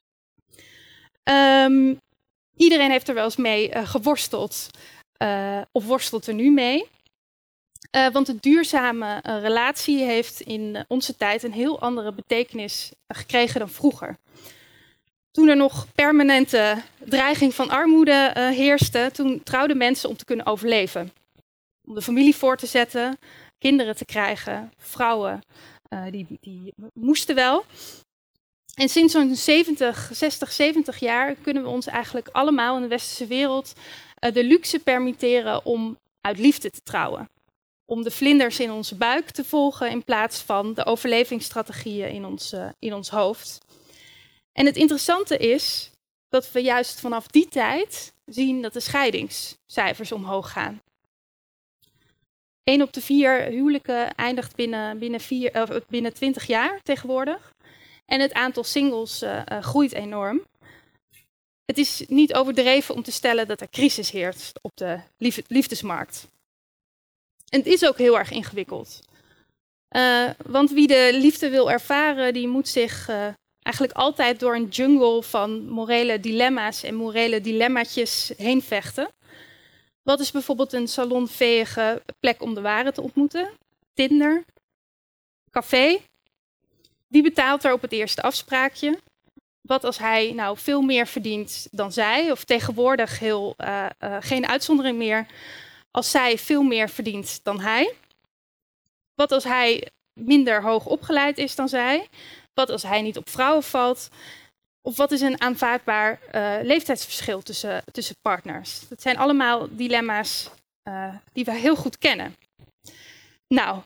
Speaker 2: Um, iedereen heeft er wel eens mee uh, geworsteld. Uh, of worstelt er nu mee. Uh, want een duurzame uh, relatie heeft in uh, onze tijd een heel andere betekenis uh, gekregen dan vroeger. Toen er nog permanente dreiging van armoede uh, heerste, toen trouwden mensen om te kunnen overleven. Om de familie voor te zetten, kinderen te krijgen, vrouwen, uh, die, die moesten wel. En sinds zo'n zeventig, zestig, zeventig jaar kunnen we ons eigenlijk allemaal in de westerse wereld uh, de luxe permitteren om uit liefde te trouwen. Om de vlinders in onze buik te volgen in plaats van de overlevingsstrategieën in ons, uh, in ons hoofd. En het interessante is dat we juist vanaf die tijd zien dat de scheidingscijfers omhoog gaan. Eén op de vier huwelijken eindigt binnen, binnen, vier, uh, binnen twintig jaar tegenwoordig. En het aantal singles uh, uh, groeit enorm. Het is niet overdreven om te stellen dat er crisis heerst op de lief- liefdesmarkt. En het is ook heel erg ingewikkeld. Uh, want wie de liefde wil ervaren, die moet zich uh, eigenlijk altijd door een jungle van morele dilemma's en morele dilemmaatjes heen vechten. Wat is bijvoorbeeld een salonveege plek om de ware te ontmoeten? Tinder? Café? Wie betaalt er op het eerste afspraakje? Wat als hij nou veel meer verdient dan zij? Of tegenwoordig heel, uh, uh, geen uitzondering meer. Als zij veel meer verdient dan hij? Wat als hij minder hoog opgeleid is dan zij? Wat als hij niet op vrouwen valt? Of wat is een aanvaardbaar uh, leeftijdsverschil tussen, tussen partners? Dat zijn allemaal dilemma's uh, die we heel goed kennen. Nou,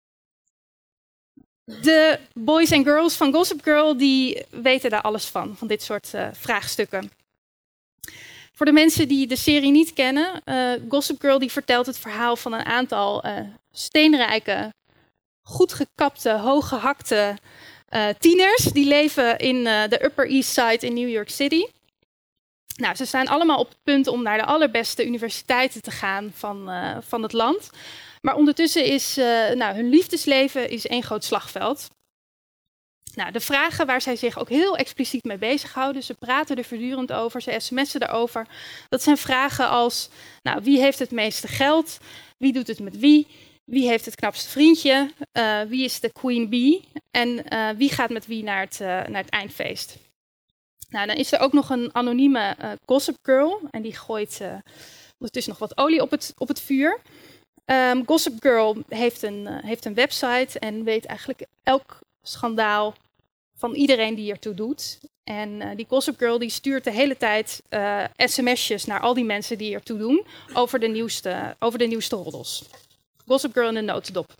Speaker 2: de boys en girls van Gossip Girl die weten daar alles van, van dit soort uh, vraagstukken. Voor de mensen die de serie niet kennen, uh, Gossip Girl die vertelt het verhaal van een aantal uh, steenrijke, goed gekapte, hooggehakte uh, tieners. Die leven in uh, de Upper East Side in New York City. Nou, ze staan allemaal op het punt om naar de allerbeste universiteiten te gaan van, uh, van het land. Maar ondertussen is uh, nou, hun liefdesleven is één groot slagveld. Nou, de vragen waar zij zich ook heel expliciet mee bezighouden, ze praten er voortdurend over, ze sms'en erover. Dat zijn vragen als, nou, wie heeft het meeste geld? Wie doet het met wie? Wie heeft het knapste vriendje? Uh, wie is de queen bee? En uh, wie gaat met wie naar het, uh, naar het eindfeest? Nou, dan is er ook nog een anonieme uh, Gossip Girl. En die gooit uh, ondertussen nog wat olie op het, op het vuur. Um, Gossip Girl heeft een, uh, heeft een website en weet eigenlijk elk schandaal van iedereen die ertoe doet. En uh, die Gossip Girl die stuurt de hele tijd uh, sms'jes naar al die mensen die ertoe doen over de nieuwste, over de nieuwste roddels. Gossip Girl in een notendop.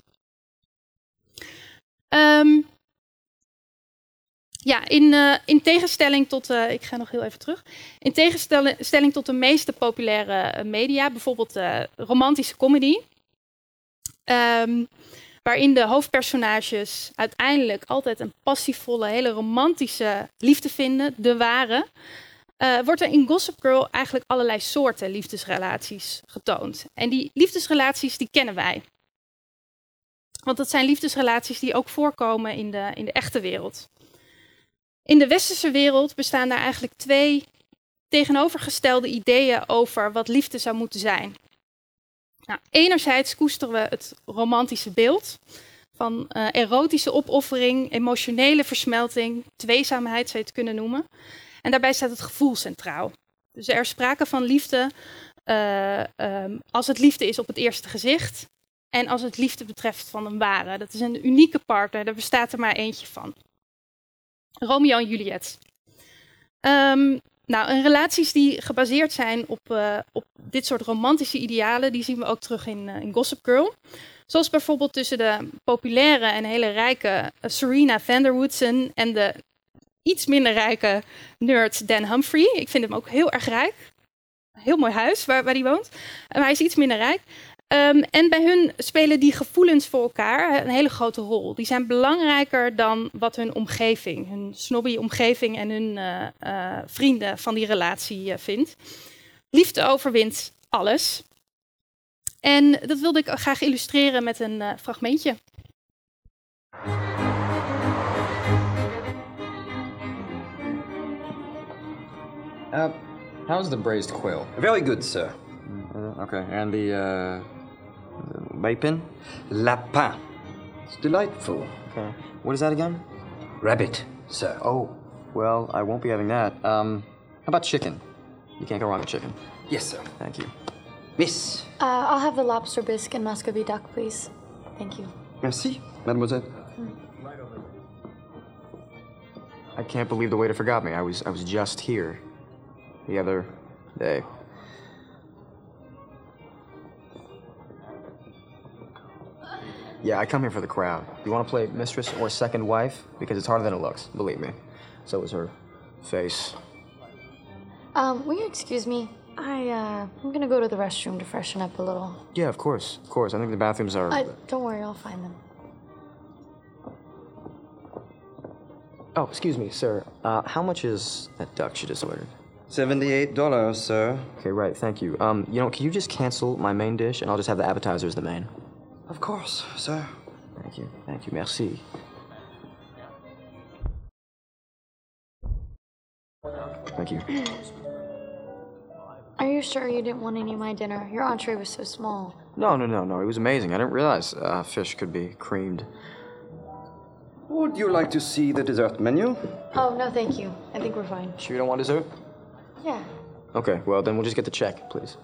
Speaker 2: Um, ja, in, uh, in tegenstelling tot, uh, ik ga nog heel even terug. In tegenstelling tot de meeste populaire uh, media, bijvoorbeeld uh, romantische comedy, um, waarin de hoofdpersonages uiteindelijk altijd een passievolle, hele romantische liefde vinden, de ware, uh, wordt er in Gossip Girl eigenlijk allerlei soorten liefdesrelaties getoond. En die liefdesrelaties die kennen wij. Want dat zijn liefdesrelaties die ook voorkomen in de, in de echte wereld. In de westerse wereld bestaan daar eigenlijk twee tegenovergestelde ideeën over wat liefde zou moeten zijn. Nou, enerzijds koesteren we het romantische beeld van uh, erotische opoffering, emotionele versmelting, tweezaamheid zou je het kunnen noemen. En daarbij staat het gevoel centraal. Dus er is sprake van liefde uh, um, als het liefde is op het eerste gezicht en als het liefde betreft van een ware. Dat is een unieke partner, daar bestaat er maar eentje van. Romeo en Juliet. Um, nou, en relaties die gebaseerd zijn op, uh, op dit soort romantische idealen, die zien we ook terug in, uh, in Gossip Girl. Zoals bijvoorbeeld tussen de populaire en hele rijke uh, Serena van der Woodsen en de iets minder rijke nerd Dan Humphrey. Ik vind hem ook heel erg rijk. Heel mooi huis waar, waar hij woont. Maar hij is iets minder rijk. Um, en bij hun spelen die gevoelens voor elkaar een hele grote rol. Die zijn belangrijker dan wat hun omgeving, hun snobby omgeving en hun uh, uh, vrienden van die relatie uh, vindt. Liefde overwint alles. En dat wilde ik graag illustreren met een uh, fragmentje.
Speaker 7: Uh, how's the braised quail?
Speaker 8: Very good, sir.
Speaker 7: Uh, okay, and the uh,
Speaker 8: Lapin?
Speaker 7: Lapin. It's delightful.
Speaker 8: Okay. What is that again?
Speaker 7: Rabbit, sir.
Speaker 8: Oh, well, I won't be having that. Um, how about chicken? You can't go wrong with chicken.
Speaker 7: Yes, sir.
Speaker 8: Thank you.
Speaker 7: Miss.
Speaker 9: Uh, I'll have the lobster bisque and Muscovy duck, please. Thank you.
Speaker 7: Merci, mademoiselle.
Speaker 8: I can't believe the waiter forgot me. I was I was just here the other day. Yeah, I come here for the crowd. You want to play mistress or second wife? Because it's harder than it looks, believe me. So is her face.
Speaker 9: Um, will you excuse me? I, uh, I'm gonna go to the restroom to freshen up a little.
Speaker 8: Yeah, of course, of course. I think the bathrooms are...
Speaker 9: Uh, don't worry, I'll find them.
Speaker 8: Oh, excuse me, sir. Uh, how much is that duck you just ordered?
Speaker 7: Seventy-eight dollars, sir.
Speaker 8: Okay, right, thank you. Um, you know, can you just cancel my main dish and I'll just have the appetizer as the main?
Speaker 7: Of course, sir.
Speaker 8: Thank you, thank you, merci. Thank you.
Speaker 9: Are you sure you didn't want any of my dinner? Your entree was so small.
Speaker 8: No, no, no, no, it was amazing. I didn't realize uh, fish could be creamed.
Speaker 7: Would you like to see the dessert menu?
Speaker 9: Oh, no, thank you. I think we're fine.
Speaker 8: Sure you don't want dessert?
Speaker 9: Yeah.
Speaker 8: Okay, well, then we'll just get the check, please.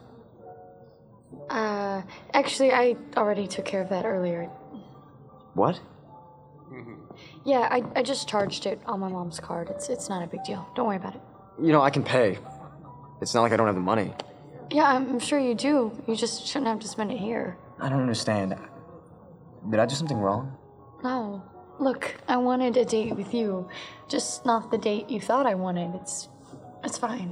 Speaker 9: Uh, actually, I already took care of that earlier.
Speaker 8: What?
Speaker 9: Yeah, I, I just charged it on my mom's card. It's it's not a big deal. Don't worry about it.
Speaker 8: You know, I can pay. It's not like I don't have the money.
Speaker 9: Yeah, I'm sure you do. You just shouldn't have to spend it here.
Speaker 8: I don't understand. Did I do something wrong?
Speaker 9: No. Look, I wanted a date with you. Just not the date you thought I wanted. It's... it's fine.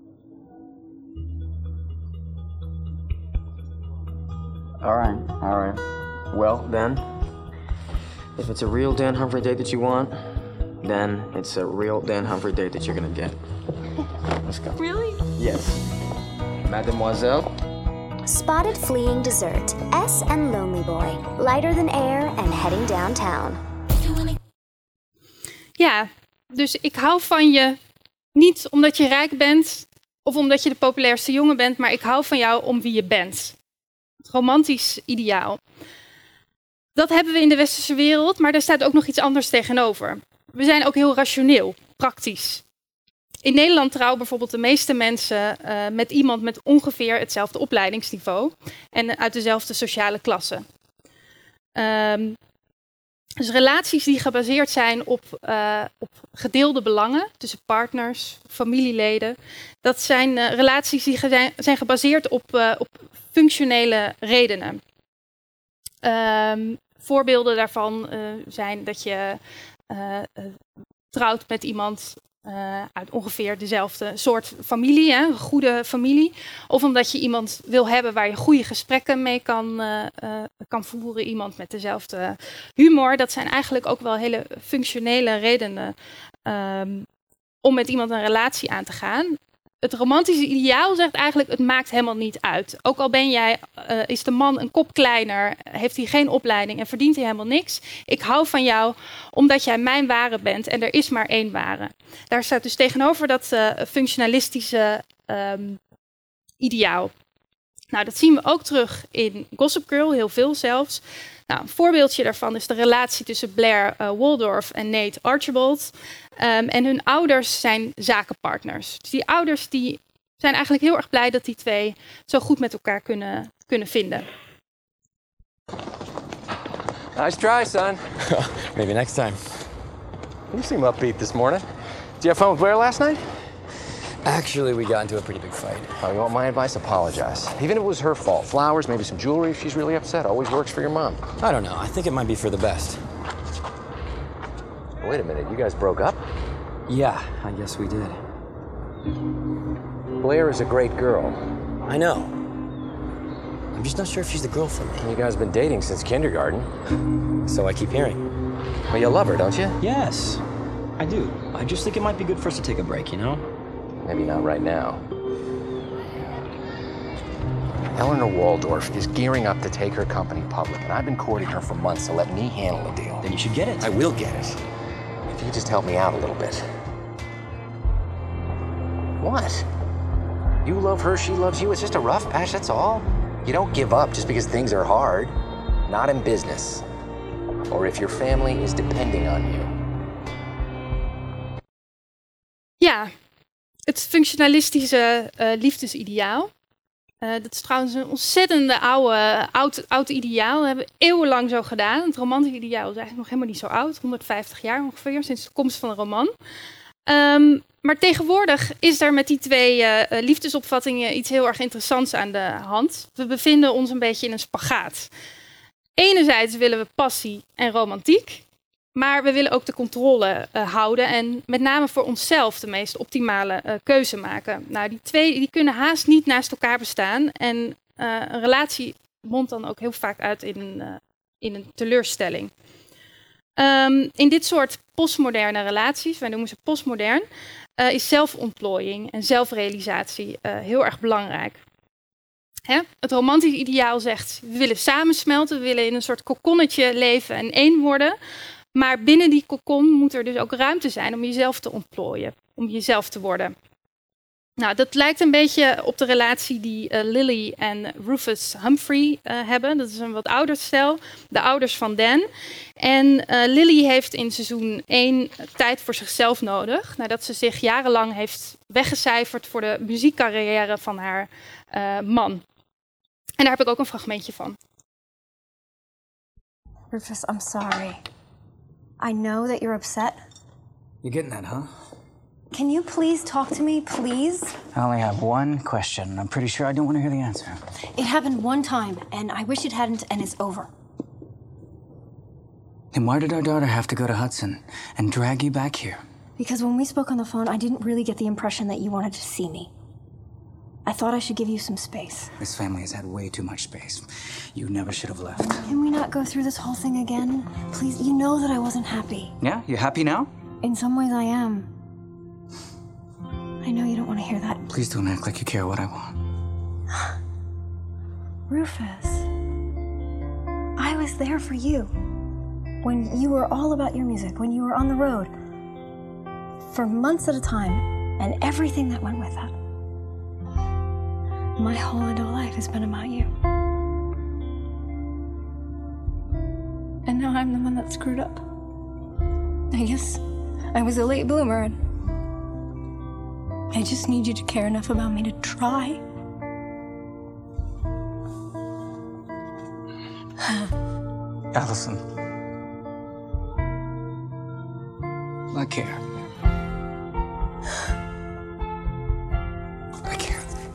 Speaker 8: All right, all right. Well, then, if it's a real Dan Humphrey date that you want, then it's a real Dan Humphrey date that you're gonna get. Let's go.
Speaker 9: Really?
Speaker 8: Yes. Mademoiselle?
Speaker 10: Spotted fleeing dessert. S and Lonely Boy. Lighter than air and heading downtown.
Speaker 2: Ja, dus ik hou van je niet omdat je rijk bent of omdat je de populairste jongen bent, maar ik hou van jou om wie je bent. Het romantisch ideaal. Dat hebben we in de westerse wereld, maar daar staat ook nog iets anders tegenover. We zijn ook heel rationeel, praktisch. In Nederland trouwen bijvoorbeeld de meeste mensen uh, met iemand met ongeveer hetzelfde opleidingsniveau en uit dezelfde sociale klasse. Um, dus relaties die gebaseerd zijn op, uh, op gedeelde belangen tussen partners, familieleden, dat zijn uh, relaties die ge- zijn gebaseerd op, uh, op functionele redenen. Um, voorbeelden daarvan uh, zijn dat je uh, uh, trouwt met iemand uh, uit ongeveer dezelfde soort familie, hè, een goede familie. Of omdat je iemand wil hebben waar je goede gesprekken mee kan, uh, uh, kan voeren. Iemand met dezelfde humor. Dat zijn eigenlijk ook wel hele functionele redenen um, om met iemand een relatie aan te gaan. Het romantische ideaal zegt eigenlijk, het maakt helemaal niet uit. Ook al ben jij, uh, is de man een kop kleiner, heeft hij geen opleiding en verdient hij helemaal niks. Ik hou van jou omdat jij mijn ware bent en er is maar één ware. Daar staat dus tegenover dat uh, functionalistische um, ideaal. Nou, dat zien we ook terug in Gossip Girl, heel veel zelfs. Nou, een voorbeeldje daarvan is de relatie tussen Blair uh, Waldorf en Nate Archibald. Um, en hun ouders zijn zakenpartners. Dus die ouders die zijn eigenlijk heel erg blij dat die twee zo goed met elkaar kunnen, kunnen vinden.
Speaker 11: Nice try, son.
Speaker 12: Maybe next time.
Speaker 11: You seem upbeat this morning. Did you have fun with Blair last night?
Speaker 12: Actually, we got into a pretty big fight.
Speaker 11: Oh, you want my advice? Apologize. Even if it was her fault. Flowers, maybe some jewelry if she's really upset. Always works for your mom.
Speaker 12: I don't know. I think it might be for the best.
Speaker 11: Wait a minute, you guys broke up?
Speaker 12: Yeah, I guess we did.
Speaker 11: Blair is a great girl.
Speaker 12: I know. I'm just not sure if she's the girl for me.
Speaker 11: You guys been dating since kindergarten.
Speaker 12: So I keep hearing.
Speaker 11: Well, you love her, don't you?
Speaker 12: Yes, I do. I just think it might be good for us to take a break, you know?
Speaker 11: Maybe not right now. Eleanor Waldorf is gearing up to take her company public, and I've been courting her for months to let me handle the deal.
Speaker 12: Then you should get it.
Speaker 11: I will get it. If you just help me out a little bit. What? You love her, she loves you. It's just a rough patch, that's all. You don't give up just because things are hard. not in business, or if your family is depending on you.
Speaker 2: Ja, het functionalistische uh, liefdesideaal. Uh, dat is trouwens een ontzettende oude, oud, oud ideaal. Dat hebben we eeuwenlang zo gedaan. Het romantische ideaal is eigenlijk nog helemaal niet zo oud. honderdvijftig jaar ongeveer, sinds de komst van een roman. Um, maar tegenwoordig is er met die twee uh, liefdesopvattingen iets heel erg interessants aan de hand. We bevinden ons een beetje in een spagaat. Enerzijds willen we passie en romantiek. Maar we willen ook de controle uh, houden en met name voor onszelf de meest optimale uh, keuze maken. Nou, die twee die kunnen haast niet naast elkaar bestaan. En uh, een relatie mondt dan ook heel vaak uit in een, uh, in een teleurstelling. Um, in dit soort postmoderne relaties, wij noemen ze postmodern, uh, is zelfontplooiing en zelfrealisatie uh, heel erg belangrijk. Hè? Het romantisch ideaal zegt, we willen samensmelten, we willen in een soort kokonnetje leven en één worden. Maar binnen die kokon moet er dus ook ruimte zijn om jezelf te ontplooien, om jezelf te worden. Nou, dat lijkt een beetje op de relatie die uh, Lily en Rufus Humphrey uh, hebben. Dat is een wat ouder stel, de ouders van Dan. En uh, Lily heeft in seizoen één tijd voor zichzelf nodig, nadat ze zich jarenlang heeft weggecijferd voor de muziekcarrière van haar uh, man. En daar heb ik ook een fragmentje van.
Speaker 13: Rufus, I'm sorry. I know that you're upset.
Speaker 12: You getting that, huh?
Speaker 13: Can you please talk to me, please?
Speaker 12: I only have one question, and I'm pretty sure I don't want to hear the answer.
Speaker 13: It happened one time, and I wish it hadn't, and it's over.
Speaker 12: Then why did our daughter have to go to Hudson and drag you back here?
Speaker 13: Because when we spoke on the phone, I didn't really get the impression that you wanted to see me. I thought I should give you some space.
Speaker 12: This family has had way too much space. You never should have left.
Speaker 13: Can we not go through this whole thing again? Please, you know that I wasn't happy.
Speaker 12: Yeah? You happy now?
Speaker 13: In some ways I am. I know you don't want to hear that.
Speaker 12: Please don't act like you care what I want.
Speaker 13: Rufus, I was there for you. When you were all about your music, when you were on the road. For months at a time, and everything that went with that. My whole adult life has been about you. And now I'm the one that screwed up. I guess I was a late bloomer, and I just need you to care enough about me to try.
Speaker 12: Allison. I care. I care.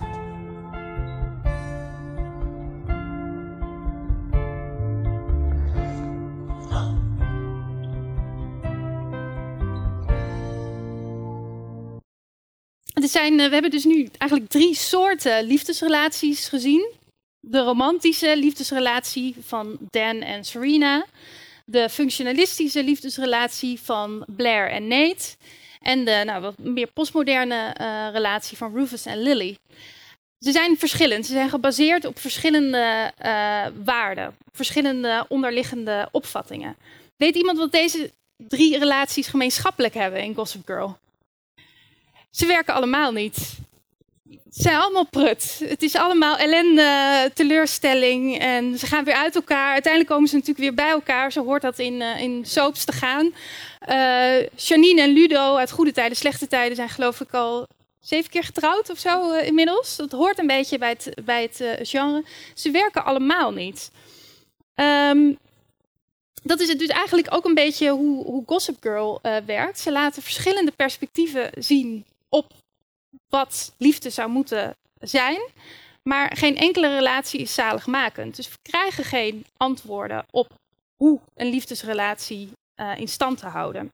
Speaker 2: Er zijn, we hebben dus nu eigenlijk drie soorten liefdesrelaties gezien. De romantische liefdesrelatie van Dan en Serena. De functionalistische liefdesrelatie van Blair en Nate. En de nou, wat meer postmoderne uh, relatie van Rufus en Lily. Ze zijn verschillend. Ze zijn gebaseerd op verschillende uh, waarden. Verschillende onderliggende opvattingen. Weet iemand wat deze drie relaties gemeenschappelijk hebben in Gossip Girl? Ze werken allemaal niet. Ze zijn allemaal prut. Het is allemaal ellende, teleurstelling en ze gaan weer uit elkaar. Uiteindelijk komen ze natuurlijk weer bij elkaar. Zo hoort dat in, uh, in soaps te gaan. Uh, Janine en Ludo uit Goede Tijden, Slechte Tijden zijn geloof ik al zeven keer getrouwd of zo uh, inmiddels. Dat hoort een beetje bij het, bij het uh, genre. Ze werken allemaal niet. Um, dat is het dus eigenlijk ook een beetje hoe, hoe Gossip Girl uh, werkt. Ze laten verschillende perspectieven zien op wat liefde zou moeten zijn. Maar geen enkele relatie is zaligmakend. Dus we krijgen geen antwoorden op hoe een liefdesrelatie uh, in stand te houden.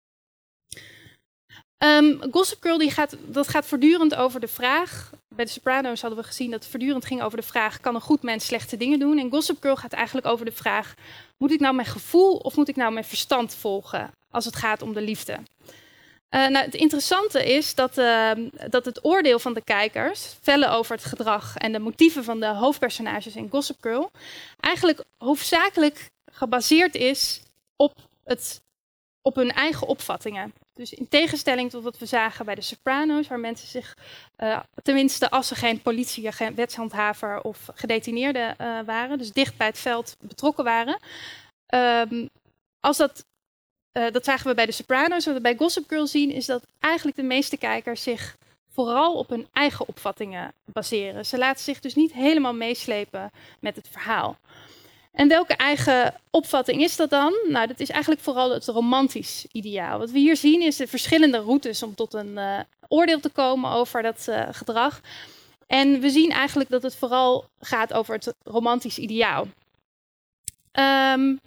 Speaker 2: Um, Gossip Girl die gaat, dat gaat voortdurend over de vraag. Bij de Sopranos hadden we gezien dat het voortdurend ging over de vraag: kan een goed mens slechte dingen doen? En Gossip Girl gaat eigenlijk over de vraag: moet ik nou mijn gevoel of moet ik nou mijn verstand volgen als het gaat om de liefde? Uh, nou, het interessante is dat, uh, dat het oordeel van de kijkers, vellen over het gedrag en de motieven van de hoofdpersonages in Gossip Girl, eigenlijk hoofdzakelijk gebaseerd is op, het, op hun eigen opvattingen. Dus in tegenstelling tot wat we zagen bij de Sopranos, waar mensen zich, uh, tenminste als ze geen politieagent, wetshandhaver of gedetineerde uh, waren, dus dicht bij het veld betrokken waren. Um, als dat, uh, dat zagen we bij de Sopranos. Wat we bij Gossip Girl zien, is dat eigenlijk de meeste kijkers zich vooral op hun eigen opvattingen baseren. Ze laten zich dus niet helemaal meeslepen met het verhaal. En welke eigen opvatting is dat dan? Nou, dat is eigenlijk vooral het romantisch ideaal. Wat we hier zien is de verschillende routes om tot een uh, oordeel te komen over dat uh, gedrag. En we zien eigenlijk dat het vooral gaat over het romantisch ideaal. Um,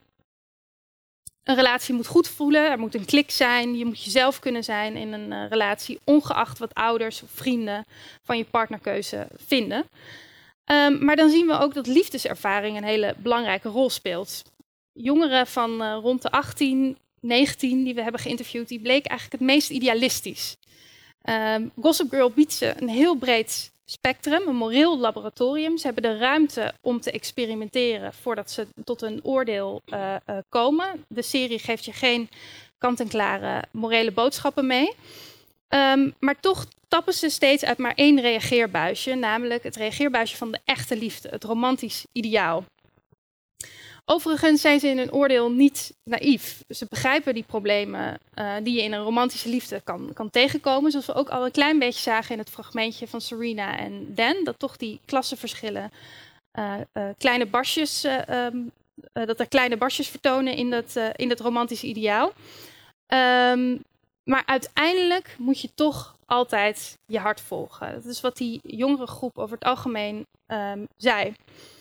Speaker 2: een relatie moet goed voelen, er moet een klik zijn, je moet jezelf kunnen zijn in een uh, relatie, ongeacht wat ouders of vrienden van je partnerkeuze vinden. Um, maar dan zien we ook dat liefdeservaring een hele belangrijke rol speelt. Jongeren van uh, rond de achttien, negentien die we hebben geïnterviewd, die bleken eigenlijk het meest idealistisch. Um, Gossip Girl biedt ze een heel breed spectrum, een moreel laboratorium. Ze hebben de ruimte om te experimenteren voordat ze tot een oordeel uh, uh, komen. De serie geeft je geen kant-en-klare morele boodschappen mee. Um, maar toch tappen ze steeds uit maar één reageerbuisje, namelijk het reageerbuisje van de echte liefde, het romantisch ideaal. Overigens zijn ze in hun oordeel niet naïef. Ze begrijpen die problemen uh, die je in een romantische liefde kan, kan tegenkomen. Zoals we ook al een klein beetje zagen in het fragmentje van Serena en Dan. Dat toch die klassenverschillen, uh, uh, kleine barsjes, uh, um, uh, dat er kleine barsjes vertonen in dat, uh, in dat romantische ideaal. Um, maar uiteindelijk moet je toch altijd je hart volgen. Dat is wat die jongere groep over het algemeen um, zei.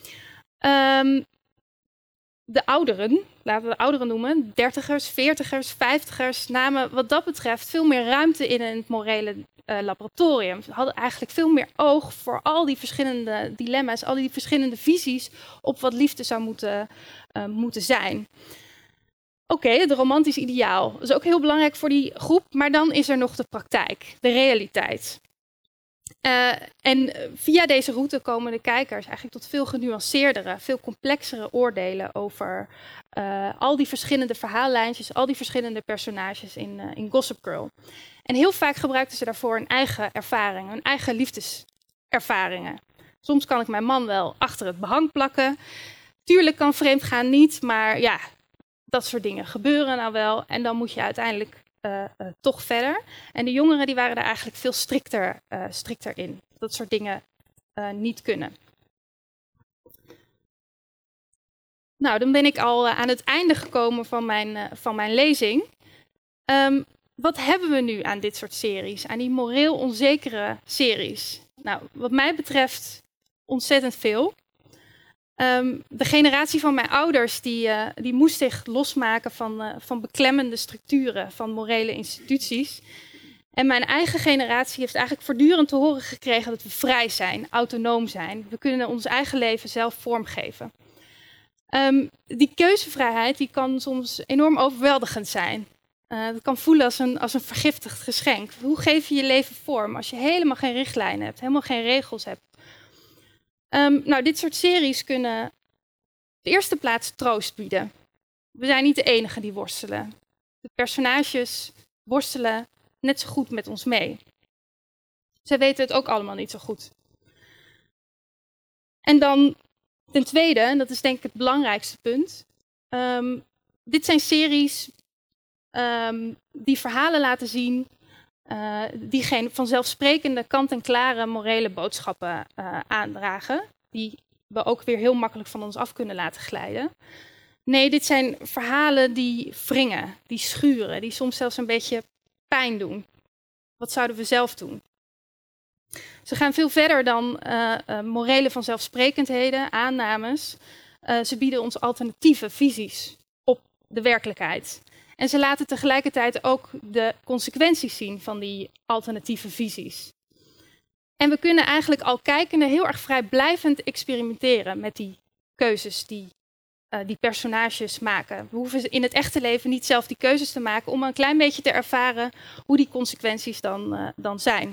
Speaker 2: Um, De ouderen, laten we de ouderen noemen, dertigers, veertigers, vijftigers, namen wat dat betreft veel meer ruimte in het morele uh, laboratorium. Ze hadden eigenlijk veel meer oog voor al die verschillende dilemma's, al die verschillende visies op wat liefde zou moeten, uh, moeten zijn. Oké, okay, het romantisch ideaal. Dat is ook heel belangrijk voor die groep, maar dan is er nog de praktijk, de realiteit. Uh, en via deze route komen de kijkers eigenlijk tot veel genuanceerdere, veel complexere oordelen over uh, al die verschillende verhaallijntjes, al die verschillende personages in, uh, in Gossip Girl. En heel vaak gebruikten ze daarvoor hun eigen ervaringen, hun eigen liefdeservaringen. Soms kan ik mijn man wel achter het behang plakken. Tuurlijk kan vreemdgaan niet, maar ja, dat soort dingen gebeuren nou wel. En dan moet je uiteindelijk Uh, uh, toch verder. En de jongeren die waren daar eigenlijk veel strikter, uh, strikter in. Dat soort dingen uh, niet kunnen. Nou, dan ben ik al uh, aan het einde gekomen van mijn, uh, van mijn lezing. Um, wat hebben we nu aan dit soort series? Aan die moreel onzekere series? Nou, wat mij betreft ontzettend veel. Um, de generatie van mijn ouders die, uh, die moest zich losmaken van, uh, van beklemmende structuren, van morele instituties. En mijn eigen generatie heeft eigenlijk voortdurend te horen gekregen dat we vrij zijn, autonoom zijn. We kunnen ons eigen leven zelf vormgeven. Um, die keuzevrijheid die kan soms enorm overweldigend zijn. Uh, dat kan voelen als een, als een vergiftigd geschenk. Hoe geef je je leven vorm als je helemaal geen richtlijnen hebt, helemaal geen regels hebt? Um, nou, dit soort series kunnen op de eerste plaats troost bieden. We zijn niet de enigen die worstelen. De personages worstelen net zo goed met ons mee. Zij weten het ook allemaal niet zo goed. En dan ten tweede, en dat is denk ik het belangrijkste punt. Um, dit zijn series um, die verhalen laten zien Uh, die geen vanzelfsprekende kant-en-klare morele boodschappen uh, aandragen, die we ook weer heel makkelijk van ons af kunnen laten glijden. Nee, dit zijn verhalen die wringen, die schuren, die soms zelfs een beetje pijn doen. Wat zouden we zelf doen? Ze gaan veel verder dan uh, uh, morele vanzelfsprekendheden, aannames. Uh, ze bieden ons alternatieve visies op de werkelijkheid. En ze laten tegelijkertijd ook de consequenties zien van die alternatieve visies. En we kunnen eigenlijk al kijkende heel erg vrijblijvend experimenteren met die keuzes die uh, die personages maken. We hoeven in het echte leven niet zelf die keuzes te maken om een klein beetje te ervaren hoe die consequenties dan, uh, dan zijn.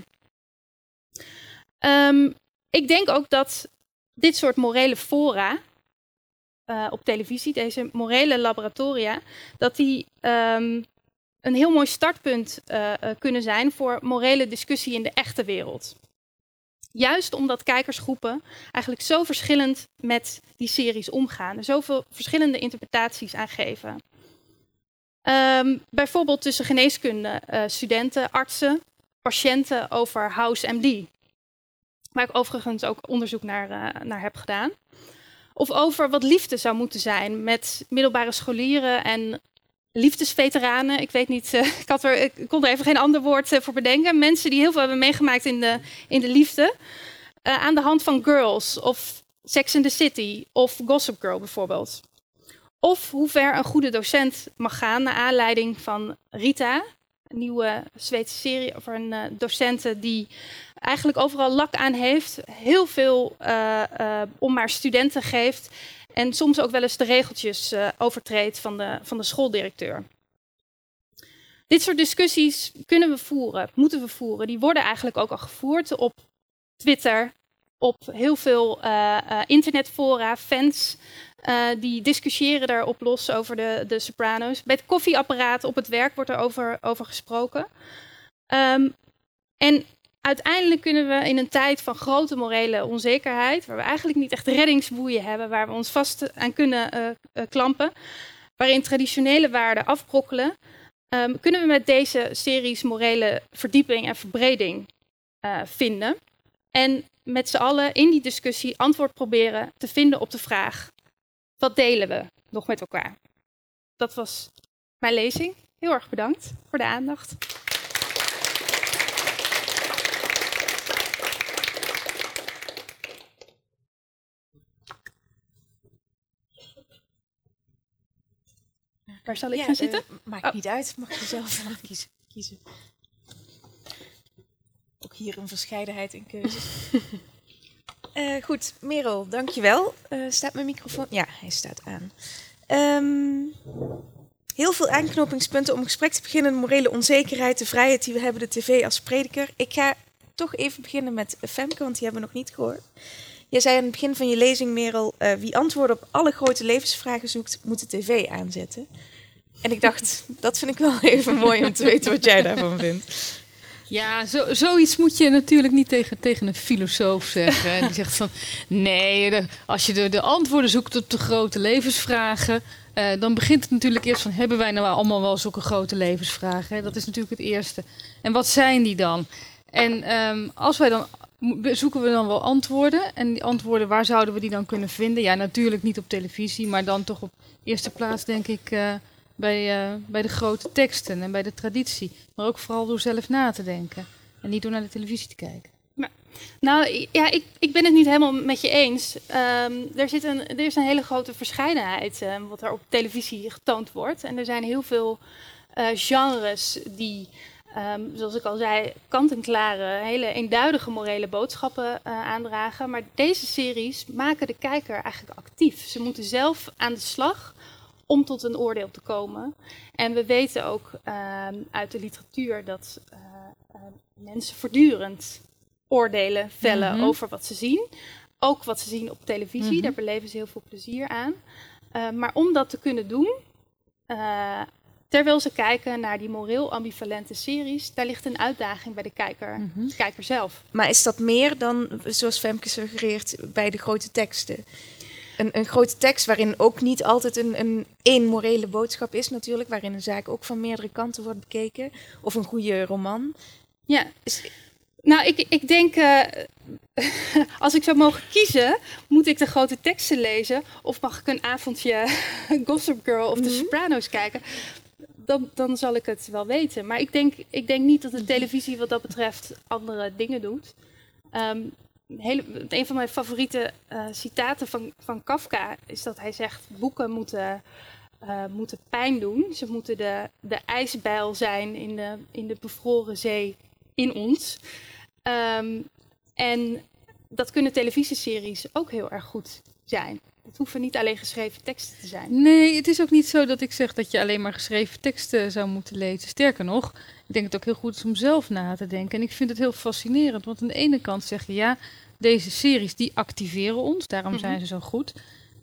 Speaker 2: Um, ik denk ook dat dit soort morele fora Uh, op televisie, deze morele laboratoria, dat die um, een heel mooi startpunt uh, uh, kunnen zijn voor morele discussie in de echte wereld. Juist omdat kijkersgroepen eigenlijk zo verschillend met die series omgaan. Er zoveel verschillende interpretaties aan geven. Um, bijvoorbeeld tussen geneeskunde, uh, studenten, artsen, patiënten over House M D. Waar ik overigens ook onderzoek naar, uh, naar heb gedaan. Of over wat liefde zou moeten zijn met middelbare scholieren en liefdesveteranen. Ik weet niet, uh, ik, had er, ik kon er even geen ander woord uh, voor bedenken. Mensen die heel veel hebben meegemaakt in de, in de liefde. Uh, aan de hand van Girls of Sex and the City of Gossip Girl bijvoorbeeld. Of hoe ver een goede docent mag gaan naar aanleiding van Rita. Een nieuwe Zweedse serie over een uh, docenten die eigenlijk overal lak aan heeft. Heel veel uh, uh, om maar studenten geeft. En soms ook wel eens de regeltjes uh, overtreedt van de, van de schooldirecteur. Dit soort discussies kunnen we voeren, moeten we voeren. Die worden eigenlijk ook al gevoerd op Twitter, op heel veel uh, uh, internetfora, fans. Uh, die discussiëren daarop los over de, de Sopranos. Bij het koffieapparaat op het werk wordt er over, over gesproken. Um, en uiteindelijk kunnen we in een tijd van grote morele onzekerheid, waar we eigenlijk niet echt reddingsboeien hebben, waar we ons vast aan kunnen uh, uh, klampen, waarin traditionele waarden afbrokkelen, um, kunnen we met deze series morele verdieping en verbreding uh, vinden. En met z'n allen in die discussie antwoord proberen te vinden op de vraag: wat delen we nog met elkaar? Dat was mijn lezing. Heel erg bedankt voor de aandacht. Waar zal ik
Speaker 14: ja,
Speaker 2: gaan zitten?
Speaker 14: Uh, maakt
Speaker 2: oh.
Speaker 14: niet uit. Mag je zelf kiezen. kiezen. Ook hier een verscheidenheid in keuzes. uh, goed, Merel, dankjewel. Uh, staat mijn microfoon? Ja, hij staat aan. Um, heel veel aanknopingspunten om een gesprek te beginnen. De morele onzekerheid, de vrijheid die we hebben, de tv als prediker. Ik ga toch even beginnen met Femke, want die hebben we nog niet gehoord. Je zei aan het begin van je lezing, Merel, uh, wie antwoorden op alle grote levensvragen zoekt, moet de tv aanzetten. En ik dacht, dat vind ik wel even mooi om te weten wat jij daarvan vindt.
Speaker 15: Ja, zo, zoiets moet je natuurlijk niet tegen, tegen een filosoof zeggen. Die zegt van, nee, de, als je de, de antwoorden zoekt op de grote levensvragen, uh, dan begint het natuurlijk eerst van, hebben wij nou allemaal wel zulke grote levensvragen? Hè? Dat is natuurlijk het eerste. En wat zijn die dan? En um, als wij dan zoeken we dan wel antwoorden. En die antwoorden, waar zouden we die dan kunnen vinden? Ja, natuurlijk niet op televisie, maar dan toch op eerste plaats, denk ik, uh, bij, uh, bij de grote teksten en bij de traditie. Maar ook vooral door zelf na te denken. En niet door naar de televisie te kijken.
Speaker 2: Maar, nou, ja, ik, ik ben het niet helemaal met je eens. Um, er, zit een, er is een hele grote verscheidenheid uh, wat er op televisie getoond wordt. En er zijn heel veel uh, genres die, Um, zoals ik al zei, kant-en-klare, hele eenduidige morele boodschappen uh, aandragen. Maar deze series maken de kijker eigenlijk actief. Ze moeten zelf aan de slag om tot een oordeel te komen. En we weten ook uh, uit de literatuur dat uh, uh, mensen voortdurend oordelen vellen mm-hmm. over wat ze zien. Ook wat ze zien op televisie, mm-hmm. daar beleven ze heel veel plezier aan. Uh, maar om dat te kunnen doen, Uh, terwijl ze kijken naar die moreel ambivalente series, daar ligt een uitdaging bij de kijker, mm-hmm. de kijker zelf.
Speaker 14: Maar is dat meer dan, zoals Femke suggereert, bij de grote teksten? Een, een grote tekst waarin ook niet altijd een, een één morele boodschap is natuurlijk, waarin een zaak ook van meerdere kanten wordt bekeken. Of een goede roman.
Speaker 2: Ja, is, nou ik, ik denk, uh, als ik zou mogen kiezen, moet ik de grote teksten lezen of mag ik een avondje Gossip Girl of mm-hmm. de Sopranos kijken? Dan, dan zal ik het wel weten. Maar ik denk, ik denk niet dat de televisie wat dat betreft andere dingen doet. Um, hele, een van mijn favoriete uh, citaten van, van Kafka is dat hij zegt: boeken moeten, uh, moeten pijn doen. Ze moeten de, de ijsbijl zijn in de, in de bevroren zee in ons. Um, en dat kunnen televisieseries ook heel erg goed zijn. Het hoeven niet alleen geschreven teksten te zijn.
Speaker 15: Nee, het is ook niet zo dat ik zeg dat je alleen maar geschreven teksten zou moeten lezen. Sterker nog, ik denk het ook heel goed is om zelf na te denken. En ik vind het heel fascinerend, want aan de ene kant zeg je ja, deze series die activeren ons, daarom mm-hmm. zijn ze zo goed.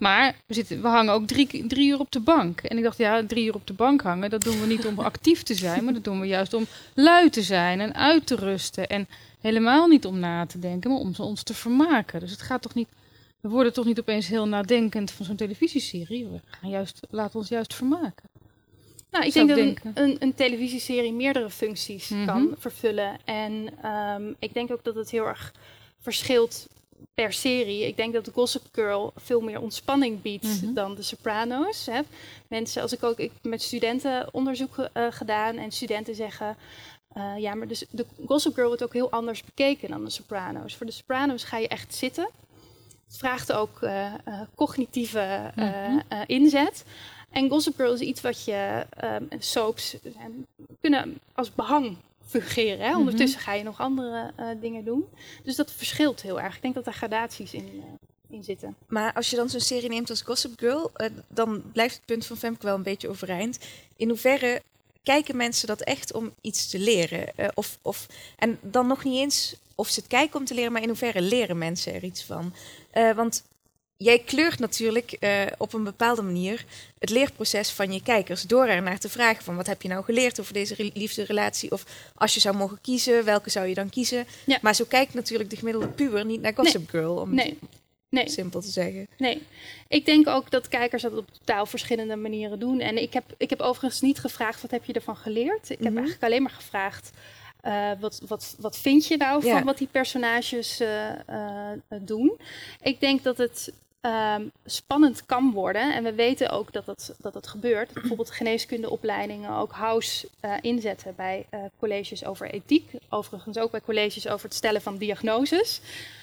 Speaker 15: Maar we, zitten, we hangen ook drie, drie uur op de bank. En ik dacht, ja, drie uur op de bank hangen, dat doen we niet om actief te zijn, maar dat doen we juist om lui te zijn en uit te rusten. En helemaal niet om na te denken, maar om ons te vermaken. Dus het gaat toch niet, we worden toch niet opeens heel nadenkend van zo'n televisieserie. We gaan juist, laten ons juist vermaken.
Speaker 2: Nou, ik
Speaker 15: Zou
Speaker 2: denk
Speaker 15: ik
Speaker 2: dat een, een, een televisieserie meerdere functies
Speaker 15: Mhm.
Speaker 2: kan vervullen. En um, ik denk ook dat het heel erg verschilt per serie. Ik denk dat de Gossip Girl veel meer ontspanning biedt
Speaker 15: Mhm.
Speaker 2: dan de Sopranos. Hè. Mensen, als ik ook ik heb met studenten onderzoek uh, gedaan en studenten zeggen, uh, ja, maar dus de Gossip Girl wordt ook heel anders bekeken dan de Sopranos. Voor de Sopranos ga je echt zitten. Het vraagt ook uh, uh, cognitieve uh,
Speaker 15: Mhm.
Speaker 2: uh, inzet. En Gossip Girl is iets wat je, um, soaps um, kunnen als behang fungeren. Hè?
Speaker 14: Mhm.
Speaker 2: Ondertussen ga je nog andere uh, dingen doen. Dus dat verschilt heel erg. Ik denk dat daar gradaties in, uh, in zitten.
Speaker 14: Maar als je dan zo'n serie neemt als Gossip Girl, uh, dan blijft het punt van Femke wel een beetje overeind. In hoeverre kijken mensen dat echt om iets te leren? Uh, of, of, en dan nog niet eens of ze het kijken om te leren, maar in hoeverre leren mensen er iets van? Uh, want jij kleurt natuurlijk uh, op een bepaalde manier het leerproces van je kijkers door er naar te vragen van wat heb je nou geleerd over deze re- liefderelatie, of als je zou mogen kiezen, welke zou je dan kiezen?
Speaker 2: Ja.
Speaker 14: Maar zo kijkt natuurlijk de gemiddelde puber niet naar Gossip
Speaker 2: Nee.
Speaker 14: Girl, om
Speaker 2: Nee. Nee.
Speaker 14: het simpel te zeggen.
Speaker 2: Nee, ik denk ook dat kijkers dat op totaal verschillende manieren doen. En ik heb, ik heb overigens niet gevraagd wat heb je ervan geleerd. Ik heb
Speaker 14: Mhm.
Speaker 2: eigenlijk alleen maar gevraagd uh, wat, wat, wat vind je nou
Speaker 14: Ja.
Speaker 2: van wat die personages uh, uh, doen. Ik denk dat het um, spannend kan worden. En we weten ook dat het, dat het gebeurt. Bijvoorbeeld geneeskundeopleidingen ook house uh, inzetten bij uh, colleges over ethiek. Overigens ook bij colleges over het stellen van diagnoses.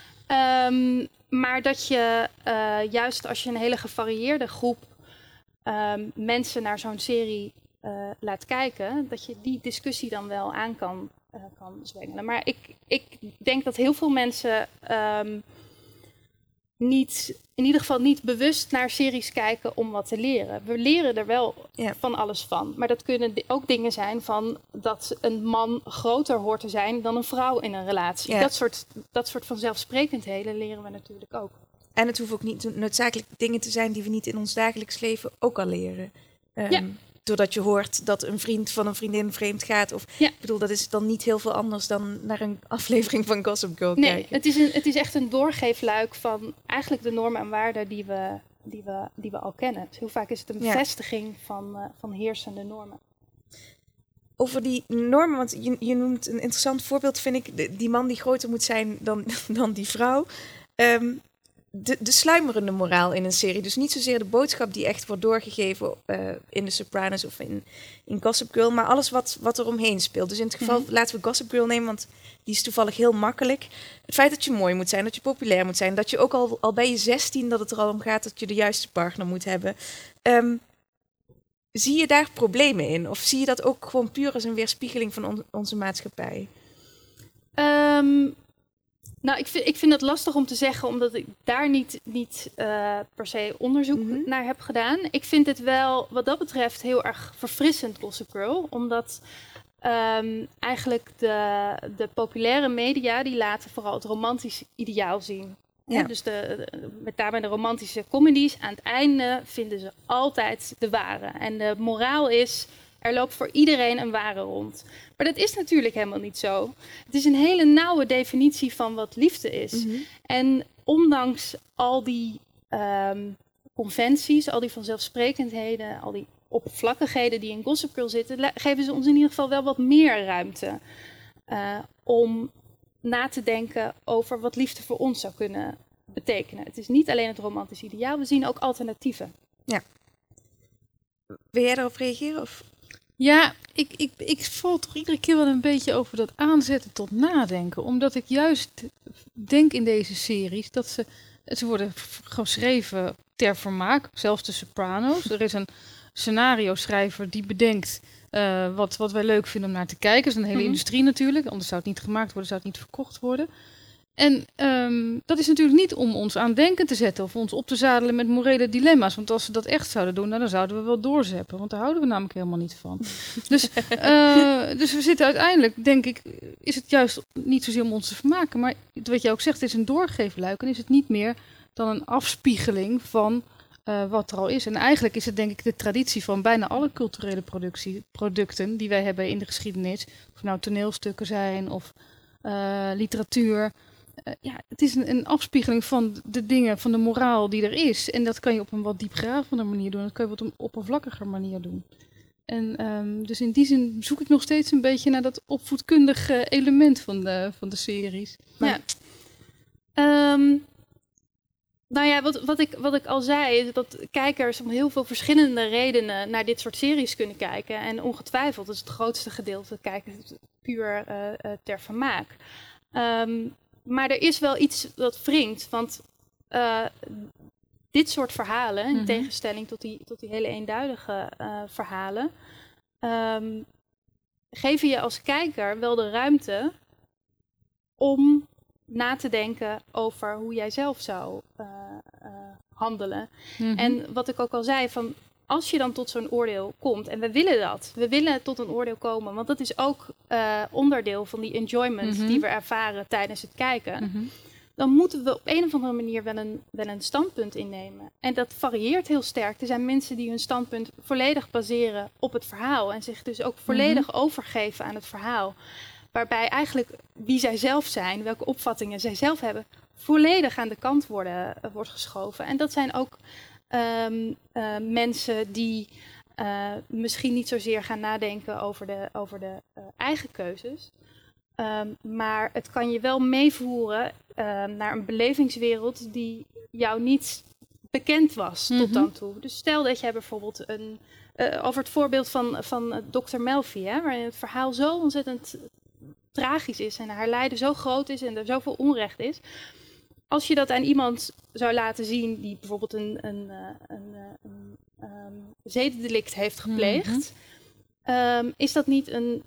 Speaker 2: Um, maar dat je uh, juist als je een hele gevarieerde groep um, mensen naar zo'n serie uh, laat kijken, dat je die discussie dan wel aan kan, uh, kan zwengelen. Maar ik, ik denk dat heel veel mensen um, niet, in ieder geval niet bewust naar series kijken om wat te leren. We leren er wel
Speaker 14: Ja.
Speaker 2: van alles van. Maar dat kunnen di- ook dingen zijn van dat een man groter hoort te zijn dan een vrouw in een relatie.
Speaker 14: Ja.
Speaker 2: Dat soort, dat soort vanzelfsprekendheden leren we natuurlijk ook.
Speaker 14: En het hoeft ook niet noodzakelijk dingen te zijn die we niet in ons dagelijks leven ook al leren. Um,
Speaker 2: Ja.
Speaker 14: Doordat je hoort dat een vriend van een vriendin vreemd gaat. Of,
Speaker 2: Ja.
Speaker 14: Ik bedoel, dat is dan niet heel veel anders dan naar een aflevering van Gossip Girl
Speaker 2: Nee,
Speaker 14: kijken.
Speaker 2: het is, een, het is echt een doorgeefluik van eigenlijk de normen en waarden die we, die we, die we al kennen. Dus heel vaak is het een
Speaker 14: Ja.
Speaker 2: bevestiging van, uh, van heersende normen.
Speaker 14: Over die normen, want je, je noemt een interessant voorbeeld, vind ik, de- die man die groter moet zijn dan, dan die vrouw. Um, de, de sluimerende moraal in een serie. Dus niet zozeer de boodschap die echt wordt doorgegeven uh, in The Sopranos of in, in Gossip Girl, maar alles wat, wat er omheen speelt. Dus in het geval,
Speaker 2: Mhm.
Speaker 14: laten we Gossip Girl nemen, want die is toevallig heel makkelijk. Het feit dat je mooi moet zijn, dat je populair moet zijn, dat je ook al, al bij je zestien, dat het er al om gaat dat je de juiste partner moet hebben. Um, zie je daar problemen in? Of zie je dat ook gewoon puur als een weerspiegeling van on- onze maatschappij?
Speaker 2: Um, nou, ik vind, ik vind het lastig om te zeggen, omdat ik daar niet, niet uh, per se onderzoek
Speaker 14: Mhm.
Speaker 2: naar heb gedaan. Ik vind het wel, wat dat betreft, heel erg verfrissend, Gossip Girl. Omdat um, eigenlijk de, de populaire media, die laten vooral het romantisch ideaal zien.
Speaker 14: Ja.
Speaker 2: Hè, dus de, de, met name de romantische comedies, aan het einde vinden ze altijd de ware. En de moraal is, er loopt voor iedereen een ware rond. Maar dat is natuurlijk helemaal niet zo. Het is een hele nauwe definitie van wat liefde is.
Speaker 14: Mhm.
Speaker 2: En ondanks al die um, conventies, al die vanzelfsprekendheden, al die oppervlakkigheden die in Gossip Girl zitten, le- geven ze ons in ieder geval wel wat meer ruimte uh, om na te denken over wat liefde voor ons zou kunnen betekenen. Het is niet alleen het romantisch ideaal, we zien ook alternatieven.
Speaker 14: Ja. Wil jij daarop reageren? Of?
Speaker 15: Ja, ik, ik, ik val toch iedere keer wel een beetje over dat aanzetten tot nadenken. Omdat ik juist denk in deze series dat ze, ze worden f- geschreven ter vermaak. Zelfs de Sopranos. Er is een scenario-schrijver die bedenkt uh, wat, wat wij leuk vinden om naar te kijken. Dat is een hele
Speaker 2: Mhm.
Speaker 15: industrie natuurlijk. Anders zou het niet gemaakt worden, zou het niet verkocht worden. En um, dat is natuurlijk niet om ons aan denken te zetten of ons op te zadelen met morele dilemma's. Want als ze dat echt zouden doen, nou, dan zouden we wel doorzeppen. Want daar houden we namelijk helemaal niet van. Dus, uh, dus we zitten uiteindelijk, denk ik, is het juist niet zozeer om ons te vermaken. Maar wat jij ook zegt, het is een doorgeefluik. En is het niet meer dan een afspiegeling van uh, wat er al is. En eigenlijk is het denk ik de traditie van bijna alle culturele productie, producten die wij hebben in de geschiedenis. Of het nou toneelstukken zijn of uh, literatuur. Uh, ja, het is een, een afspiegeling van de dingen, van de moraal die er is. En dat kan je op een wat diepgravende manier doen. Dat kan je op een oppervlakkiger manier doen. En um, dus in die zin zoek ik nog steeds een beetje naar dat opvoedkundige element van de, van de series. Maar...
Speaker 2: Ja. Um, nou ja, wat, wat, ik, wat ik al zei, is dat kijkers om heel veel verschillende redenen naar dit soort series kunnen kijken. En ongetwijfeld is het grootste gedeelte kijken puur uh, uh, ter vermaak. Um, maar er is wel iets dat wringt, want uh, dit soort verhalen, in mm-hmm. tegenstelling tot die, tot die hele eenduidige uh, verhalen, um, geven je als kijker wel de ruimte om na te denken over hoe jij zelf zou uh, uh, handelen. Mm-hmm. En wat ik ook al zei, van als je dan tot zo'n oordeel komt, en we willen dat, we willen tot een oordeel komen, want dat is ook uh, onderdeel van die enjoyment mm-hmm. die we ervaren tijdens het kijken, mm-hmm. dan moeten we op een of andere manier wel een, wel een standpunt innemen. En dat varieert heel sterk. Er zijn mensen die hun standpunt volledig baseren op het verhaal en zich dus ook volledig mm-hmm. overgeven aan het verhaal. Waarbij eigenlijk wie zij zelf zijn, welke opvattingen zij zelf hebben, volledig aan de kant worden, uh, wordt geschoven. En dat zijn ook um, uh, mensen die uh, misschien niet zozeer gaan nadenken over de, over de uh, eigen keuzes. Um, maar het kan je wel meevoeren uh, naar een belevingswereld die jou niet bekend was mm-hmm. tot dan toe. Dus stel dat jij bijvoorbeeld een... Uh, over het voorbeeld van, van uh, dokter Melfi, hè, waarin het verhaal zo ontzettend tragisch is en haar lijden zo groot is en er zoveel onrecht is. Als je dat aan iemand zou laten zien die bijvoorbeeld een, een, een, een, een zedendelict heeft gepleegd, mm-hmm. um, is dat niet een,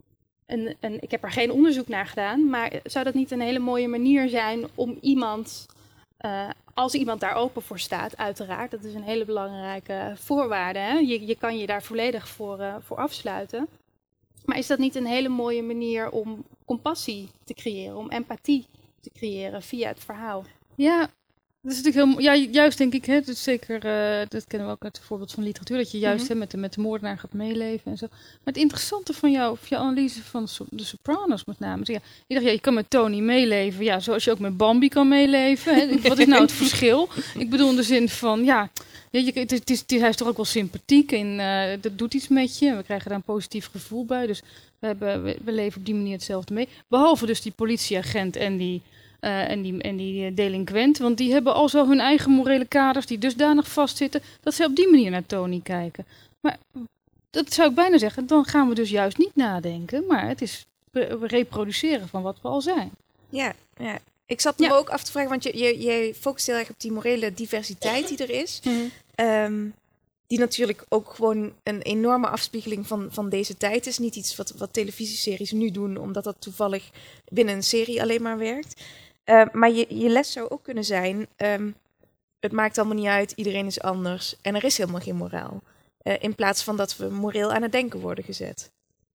Speaker 2: een, een... Ik heb er geen onderzoek naar gedaan, maar zou dat niet een hele mooie manier zijn om iemand, uh, als iemand daar open voor staat, uiteraard, dat is een hele belangrijke voorwaarde. Hè? Je, je kan je daar volledig voor, uh, voor afsluiten. Maar is dat niet een hele mooie manier om compassie te creëren, om empathie te creëren via het verhaal?
Speaker 15: Ja, dat is natuurlijk heel mooi. Ja, juist denk ik, hè, dat is zeker, uh, dat kennen we ook uit het voorbeeld van literatuur, dat je juist mm-hmm. hè, met, de, met de moordenaar gaat meeleven en zo. Maar het interessante van jou, of je analyse van de Sopranos met name, ja, je dacht, ja, je kan met Tony meeleven, ja, zoals je ook met Bambi kan meeleven. Hè. Wat is nou het verschil? Ik bedoel in de zin van, ja, ja je, het, het is, het is, hij is toch ook wel sympathiek en uh, dat doet iets met je. We krijgen daar een positief gevoel bij, dus we, hebben, we, we leven op die manier hetzelfde mee. Behalve dus die politieagent en die Uh, en die, en die delinquent, want die hebben al zo hun eigen morele kaders die dusdanig vastzitten dat ze op die manier naar Tony kijken. Maar dat zou ik bijna zeggen, dan gaan we dus juist niet nadenken, maar het is re- reproduceren van wat we al zijn.
Speaker 14: Ja, ja. Ik zat me ja. ook af te vragen, want je, je, je focust heel erg op die morele diversiteit die er is. Mm-hmm. Um, die natuurlijk ook gewoon een enorme afspiegeling van, van deze tijd is. Niet iets wat, wat televisieseries nu doen, omdat dat toevallig binnen een serie alleen maar werkt. Uh, maar je, je les zou ook kunnen zijn, um, het maakt allemaal niet uit, iedereen is anders en er is helemaal geen moraal. Uh, in plaats van dat we moreel aan het denken worden gezet.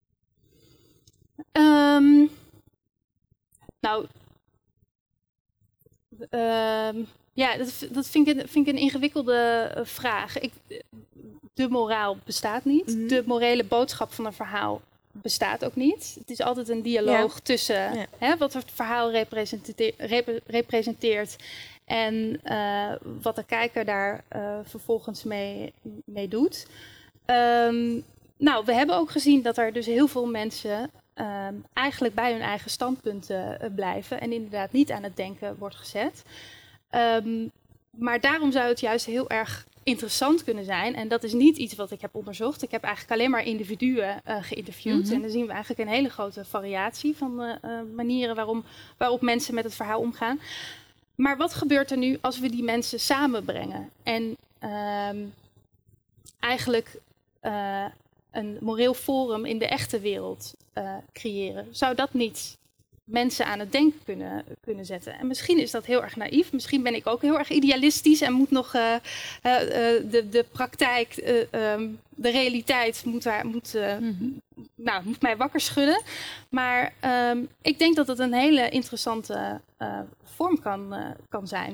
Speaker 2: Um, nou, uh, ja, dat, dat vind, ik, vind ik een ingewikkelde vraag. Ik, de moraal bestaat niet. Mm-hmm. De morele boodschap van een verhaal bestaat ook niet. Het is altijd een dialoog ja. tussen ja. hè, wat het verhaal representeert, rep- representeert en uh, wat de kijker daar uh, vervolgens mee, mee doet. Um, nou, we hebben ook gezien dat er dus heel veel mensen um, eigenlijk bij hun eigen standpunten uh, blijven en inderdaad niet aan het denken wordt gezet. Um, maar daarom zou het juist heel erg interessant kunnen zijn. En dat is niet iets wat ik heb onderzocht. Ik heb eigenlijk alleen maar individuen uh, geïnterviewd. Mm-hmm. En dan zien we eigenlijk een hele grote variatie van uh, uh, manieren waarom, waarop mensen met het verhaal omgaan. Maar wat gebeurt er nu als we die mensen samenbrengen? En uh, eigenlijk uh, een moreel forum in de echte wereld uh, creëren. Zou dat niet mensen aan het denken kunnen, kunnen zetten? En misschien is dat heel erg naïef. Misschien ben ik ook heel erg idealistisch en moet nog uh, uh, de, de praktijk, uh, um, de realiteit moet, daar, moet, uh, mm-hmm. nou, moet mij wakker schudden. Maar um, ik denk dat het een hele interessante uh, vorm kan, uh, kan zijn.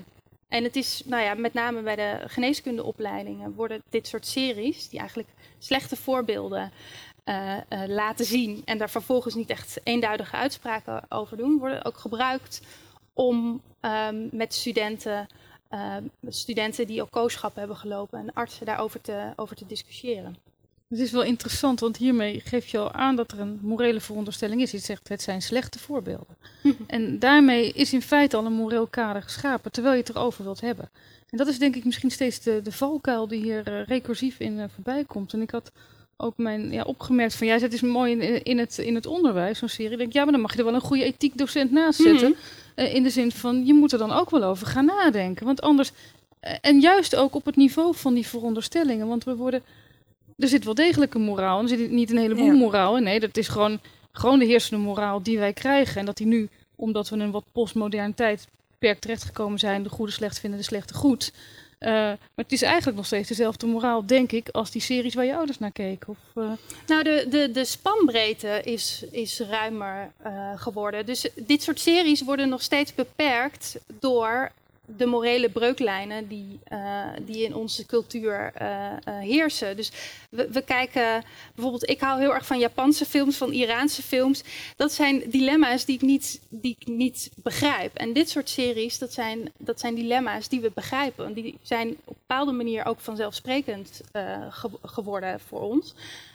Speaker 2: En het is, nou ja, met name bij de geneeskundeopleidingen worden dit soort series, die eigenlijk slechte voorbeelden uh, uh, laten zien en daar vervolgens niet echt eenduidige uitspraken over doen, worden ook gebruikt om um, met studenten, uh, studenten die ook coachschappen hebben gelopen en artsen daarover te, over te discussiëren.
Speaker 15: Het is wel interessant, want hiermee geef je al aan dat er een morele veronderstelling is. Je zegt, het zijn slechte voorbeelden. En daarmee is in feite al een moreel kader geschapen, terwijl je het erover wilt hebben. En dat is denk ik misschien steeds de, de valkuil die hier uh, recursief in uh, voorbij komt. En ik had ook mijn, ja, opgemerkt van, ja, het is mooi in, in, het, in het onderwijs, zo'n serie. Ik denk, ja, maar dan mag je er wel een goede ethiekdocent naast zetten. Mm-hmm. uh, in de zin van, je moet er dan ook wel over gaan nadenken. Want anders, uh, en juist ook op het niveau van die veronderstellingen, want we worden... Er zit wel degelijk een moraal. Er zit niet een heleboel ja. moraal in. Nee, dat is gewoon, gewoon de heersende moraal die wij krijgen. En dat die nu, omdat we in een wat postmoderne tijdperk terechtgekomen zijn, de goede slecht vinden, de slechte goed. Uh, maar het is eigenlijk nog steeds dezelfde moraal, denk ik, als die series waar je ouders naar keken. Of, uh...
Speaker 2: Nou, de, de, de spanbreedte is, is ruimer uh, geworden. Dus dit soort series worden nog steeds beperkt door de morele breuklijnen die, uh, die in onze cultuur uh, uh, heersen. Dus we, we kijken, bijvoorbeeld, ik hou heel erg van Japanse films, van Iraanse films. Dat zijn dilemma's die ik niet, die ik niet begrijp. En dit soort series, dat zijn, dat zijn dilemma's die we begrijpen. Die zijn op een bepaalde manier ook vanzelfsprekend uh, ge- geworden voor ons.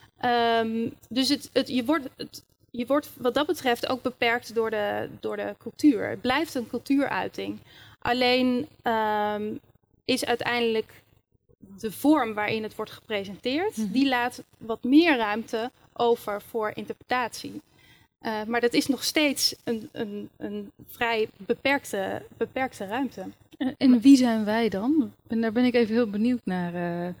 Speaker 2: Um, dus het, het, je wordt... Het, Je wordt wat dat betreft ook beperkt door de, door de cultuur. Het blijft een cultuuruiting. Alleen um, is uiteindelijk de vorm waarin het wordt gepresenteerd, mm-hmm. die laat wat meer ruimte over voor interpretatie. Uh, maar dat is nog steeds een, een, een vrij beperkte, beperkte ruimte.
Speaker 15: En, en wie zijn wij dan? En daar ben ik even heel benieuwd naar. Uh,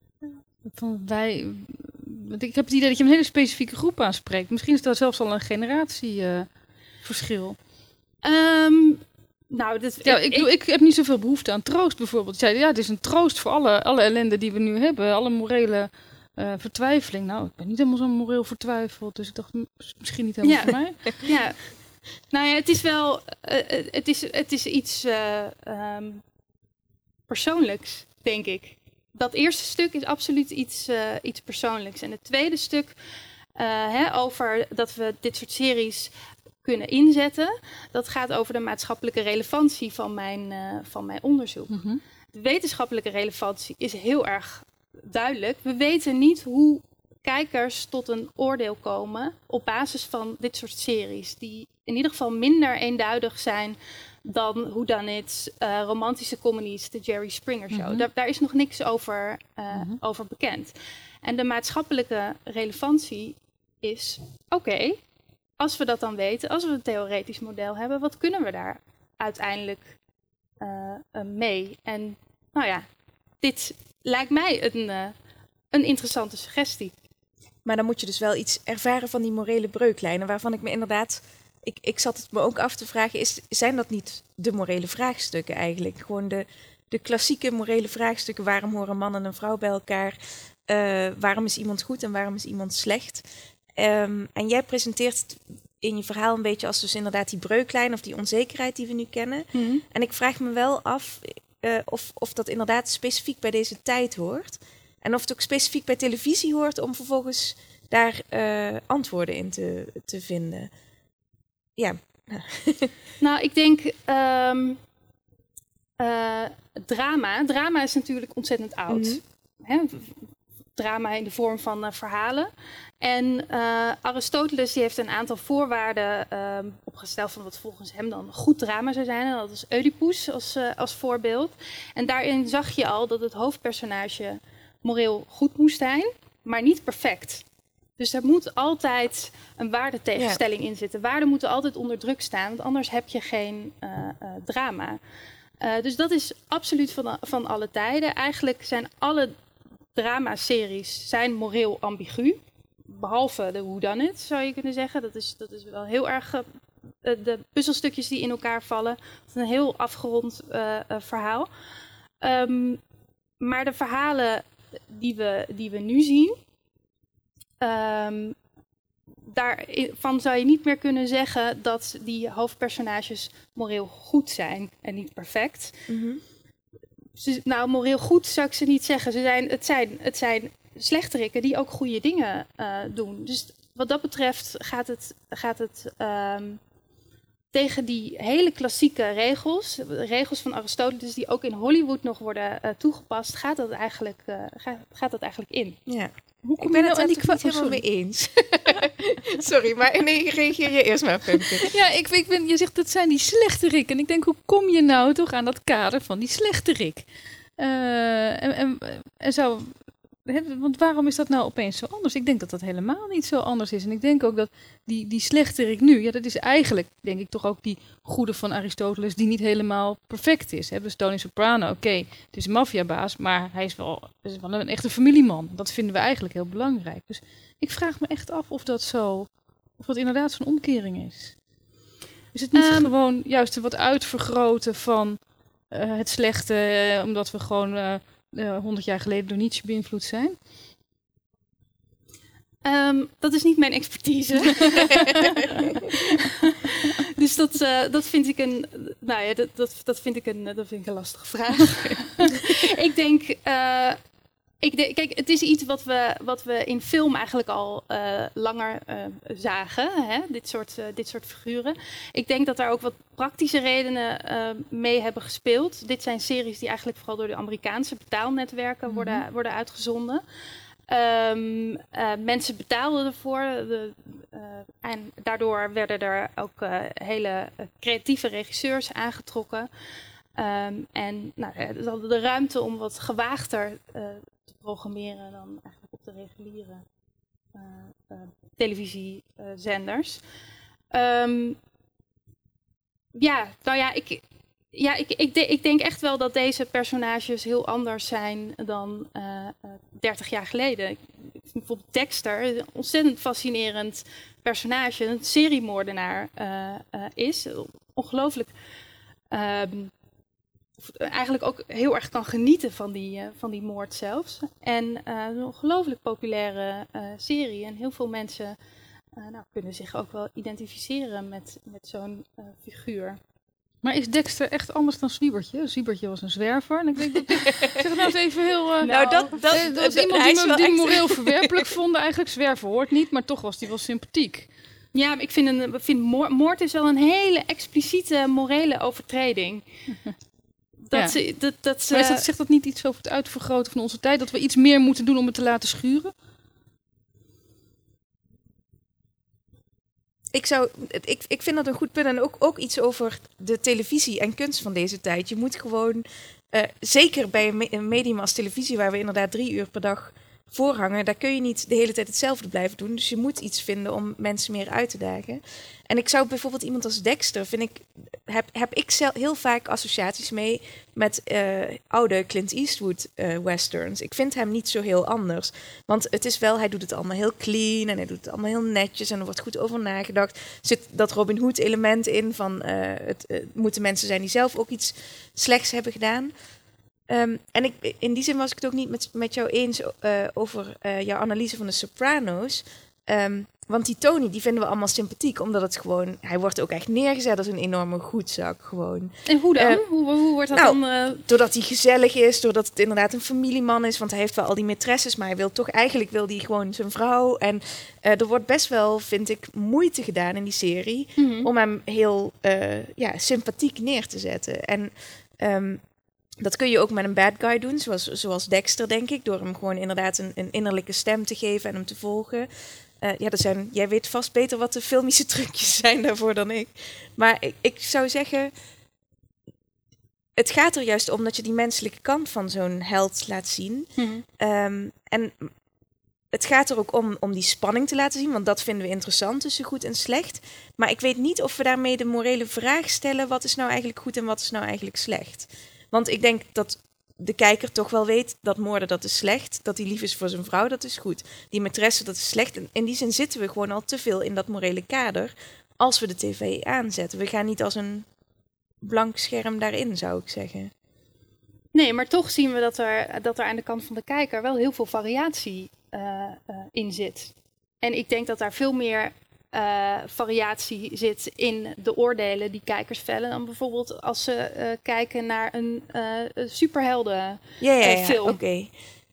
Speaker 15: van wij... Want ik heb het idee dat je een hele specifieke groep aanspreekt. Misschien is dat zelfs al een generatieverschil. Uh,
Speaker 2: um, nou, dat,
Speaker 15: ja,
Speaker 2: ik,
Speaker 15: ik, ik, ik heb niet zoveel behoefte aan troost bijvoorbeeld. Je zei, ja, het is een troost voor alle, alle ellende die we nu hebben. Alle morele uh, vertwijfeling. Nou, ik ben niet helemaal zo moreel vertwijfeld. Dus ik dacht, misschien niet helemaal
Speaker 2: ja.
Speaker 15: voor mij.
Speaker 2: Ja, nou ja, het is wel... Uh, het, is, het is iets uh, um, persoonlijks, denk ik. Dat eerste stuk is absoluut iets, uh, iets persoonlijks. En het tweede stuk uh, hè, over dat we dit soort series kunnen inzetten, dat gaat over de maatschappelijke relevantie van mijn, uh, van mijn onderzoek. Mm-hmm. De wetenschappelijke relevantie is heel erg duidelijk. We weten niet hoe kijkers tot een oordeel komen op basis van dit soort series, die in ieder geval minder eenduidig zijn dan Whodunit, uh, romantische comedies, de Jerry Springer Show. Mm-hmm. Daar, daar is nog niks over, uh, mm-hmm. over bekend. En de maatschappelijke relevantie is, oké, okay, als we dat dan weten, als we een theoretisch model hebben, wat kunnen we daar uiteindelijk uh, uh, mee? En nou ja, dit lijkt mij een, uh, een interessante suggestie.
Speaker 14: Maar dan moet je dus wel iets ervaren van die morele breuklijnen, waarvan ik me inderdaad... Ik, ik zat het me ook af te vragen, is, zijn dat niet de morele vraagstukken eigenlijk? Gewoon de, de klassieke morele vraagstukken. Waarom horen man en een vrouw bij elkaar? Uh, waarom is iemand goed en waarom is iemand slecht? Um, en jij presenteert het in je verhaal een beetje als dus inderdaad die breuklijn of die onzekerheid die we nu kennen. Mm-hmm. En ik vraag me wel af uh, of, of dat inderdaad specifiek bij deze tijd hoort. En of het ook specifiek bij televisie hoort om vervolgens daar uh, antwoorden in te, te vinden. Ja.
Speaker 2: Nou, ik denk um, uh, drama. Drama is natuurlijk ontzettend oud. Mm-hmm. Hè? Drama in de vorm van uh, verhalen. En uh, Aristoteles die heeft een aantal voorwaarden uh, opgesteld van wat volgens hem dan goed drama zou zijn. En dat is Oedipus als, uh, als voorbeeld. En daarin zag je al dat het hoofdpersonage moreel goed moest zijn, maar niet perfect. Dus er moet altijd een waardetegenstelling ja. in zitten. Waarden moeten altijd onder druk staan, want anders heb je geen uh, uh, drama. Uh, dus dat is absoluut van, van alle tijden. Eigenlijk zijn alle dramaseries zijn moreel ambigu. Behalve de Whodunit, zou je kunnen zeggen. Dat is, dat is wel heel erg uh, de puzzelstukjes die in elkaar vallen. Dat is een heel afgerond uh, uh, verhaal. Um, maar de verhalen die we, die we nu zien, Um, daarvan zou je niet meer kunnen zeggen dat die hoofdpersonages moreel goed zijn en niet perfect. Mm-hmm. ze, nou, moreel goed zou ik ze niet zeggen. Ze zijn, het, zijn, het zijn slechterikken die ook goede dingen uh, doen. Dus wat dat betreft gaat het, gaat het um, tegen die hele klassieke regels, regels van Aristoteles die ook in Hollywood nog worden uh, toegepast, gaat dat eigenlijk, uh, gaat, gaat dat eigenlijk in.
Speaker 14: Ja.
Speaker 2: Hoe
Speaker 14: ik ben het er niet helemaal mee eens. Sorry, maar nee, reageer je eerst maar, Femke.
Speaker 15: Ja, ik, ik ben, je zegt dat zijn die slechterik. En ik denk, hoe kom je nou toch aan dat kader van die slechterik? Uh, en, en, en zou... Want waarom is dat nou opeens zo anders? Ik denk dat dat helemaal niet zo anders is. En ik denk ook dat die, die slechterik nu, ja, dat is eigenlijk, denk ik, toch ook die goede van Aristoteles, die niet helemaal perfect is. Hè? Dus Tony Soprano, oké, okay, het is een maffiabaas, maar hij is wel, is wel een echte familieman. Dat vinden we eigenlijk heel belangrijk. Dus ik vraag me echt af of dat zo, of dat inderdaad zo'n omkering is. Is het niet um, gewoon juist wat uitvergroten van uh, het slechte, uh, omdat we gewoon Uh, honderd uh, jaar geleden door Nietzsche beïnvloed zijn?
Speaker 2: Um, dat is niet mijn expertise. Dus dat, uh, dat vind ik een, nou ja, dat, dat, dat vind ik een, dat vind ik een lastige vraag. Ik denk, uh, ik de, kijk, het is iets wat we, wat we in film eigenlijk al uh, langer uh, zagen, hè? Dit soort, uh, dit soort figuren. Ik denk dat daar ook wat praktische redenen uh, mee hebben gespeeld. Dit zijn series die eigenlijk vooral door de Amerikaanse betaalnetwerken mm-hmm. worden, worden uitgezonden. Um, uh, mensen betaalden ervoor de, uh, en daardoor werden er ook uh, hele uh, creatieve regisseurs aangetrokken. Um, en nou, ze hadden de ruimte om wat gewaagder uh, te programmeren dan eigenlijk op de reguliere uh, uh, televisiezenders. Um, ja, nou ja, ik, ja ik, ik, de, ik denk echt wel dat deze personages heel anders zijn dan uh, uh, dertig jaar geleden. Ik, bijvoorbeeld Dexter, een ontzettend fascinerend personage, een seriemoordenaar uh, uh, is. Ongelooflijk. Um, eigenlijk ook heel erg kan genieten van die, uh, van die moord zelfs. En uh, een ongelooflijk populaire uh, serie. En heel veel mensen uh, nou, kunnen zich ook wel identificeren met, met zo'n uh, figuur.
Speaker 15: Maar is Dexter echt anders dan Zwiebertje? Zwiebertje was een zwerver. En ik denk dat, zeg het nou eens even heel... Uh,
Speaker 14: nou, dat, dat,
Speaker 15: dat, dat is iemand die me die moreel verwerpelijk vonden. Eigenlijk zwerver hoort niet, maar toch was die wel sympathiek.
Speaker 2: Ja, maar ik vind, een, ik vind moord, moord is wel een hele expliciete morele overtreding. Dat,
Speaker 15: ja.
Speaker 2: ze, dat, dat ze...
Speaker 15: Maar is dat, zegt dat niet iets over het uitvergroten van onze tijd? Dat we iets meer moeten doen om het te laten schuren?
Speaker 14: Ik, zou, ik, ik vind dat een goed punt. En ook, ook iets over de televisie en kunst van deze tijd. Je moet gewoon, uh, zeker bij een, me- een medium als televisie, waar we inderdaad drie uur per dag voorhangen, daar kun je niet de hele tijd hetzelfde blijven doen. Dus je moet iets vinden om mensen meer uit te dagen. En ik zou bijvoorbeeld iemand als Dexter, vind ik, heb, heb ik zelf heel vaak associaties mee met uh, oude Clint Eastwood uh, westerns. Ik vind hem niet zo heel anders. Want het is wel, hij doet het allemaal heel clean en hij doet het allemaal heel netjes en er wordt goed over nagedacht. Er zit dat Robin Hood element in van uh, het uh, moeten mensen zijn die zelf ook iets slechts hebben gedaan. Um, en ik, in die zin was ik het ook niet met, met jou eens uh, over uh, jouw analyse van de Soprano's. Um, want die Tony, die vinden we allemaal sympathiek, omdat het gewoon, hij wordt ook echt neergezet als een enorme goedzak gewoon.
Speaker 2: En hoe dan?
Speaker 14: Uh,
Speaker 2: hoe, hoe wordt dat
Speaker 14: nou,
Speaker 2: dan? Uh...
Speaker 14: Doordat hij gezellig is, doordat het inderdaad een familieman is, want hij heeft wel al die maîtresses, maar hij wil toch, eigenlijk wil hij gewoon zijn vrouw. En uh, er wordt best wel, vind ik, moeite gedaan in die serie, mm-hmm. om hem heel uh, ja, sympathiek neer te zetten. En um, dat kun je ook met een bad guy doen, zoals, zoals Dexter, denk ik. Door hem gewoon inderdaad een, een innerlijke stem te geven en hem te volgen. Uh, ja, er zijn, jij weet vast beter wat de filmische trucjes zijn daarvoor dan ik. Maar ik, ik zou zeggen, het gaat er juist om dat je die menselijke kant van zo'n held laat zien. Mm-hmm. Um, en het gaat er ook om, om die spanning te laten zien, want dat vinden we interessant tussen goed en slecht. Maar ik weet niet of we daarmee de morele vraag stellen, wat is nou eigenlijk goed en wat is nou eigenlijk slecht? Want ik denk dat de kijker toch wel weet dat moorden, dat is slecht. Dat hij lief is voor zijn vrouw, dat is goed. Die maîtresse, dat is slecht. En in die zin zitten we gewoon al te veel in dat morele kader als we de tv aanzetten. We gaan niet als een blank scherm daarin, zou ik zeggen.
Speaker 2: Nee, maar toch zien we dat er, dat er aan de kant van de kijker wel heel veel variatie uh, uh, in zit. En ik denk dat daar veel meer uh, variatie zit in de oordelen die kijkers vellen dan bijvoorbeeld als ze uh, kijken naar een uh, superhelden
Speaker 14: ja, ja, ja,
Speaker 2: uh, film.
Speaker 14: Oké. Okay.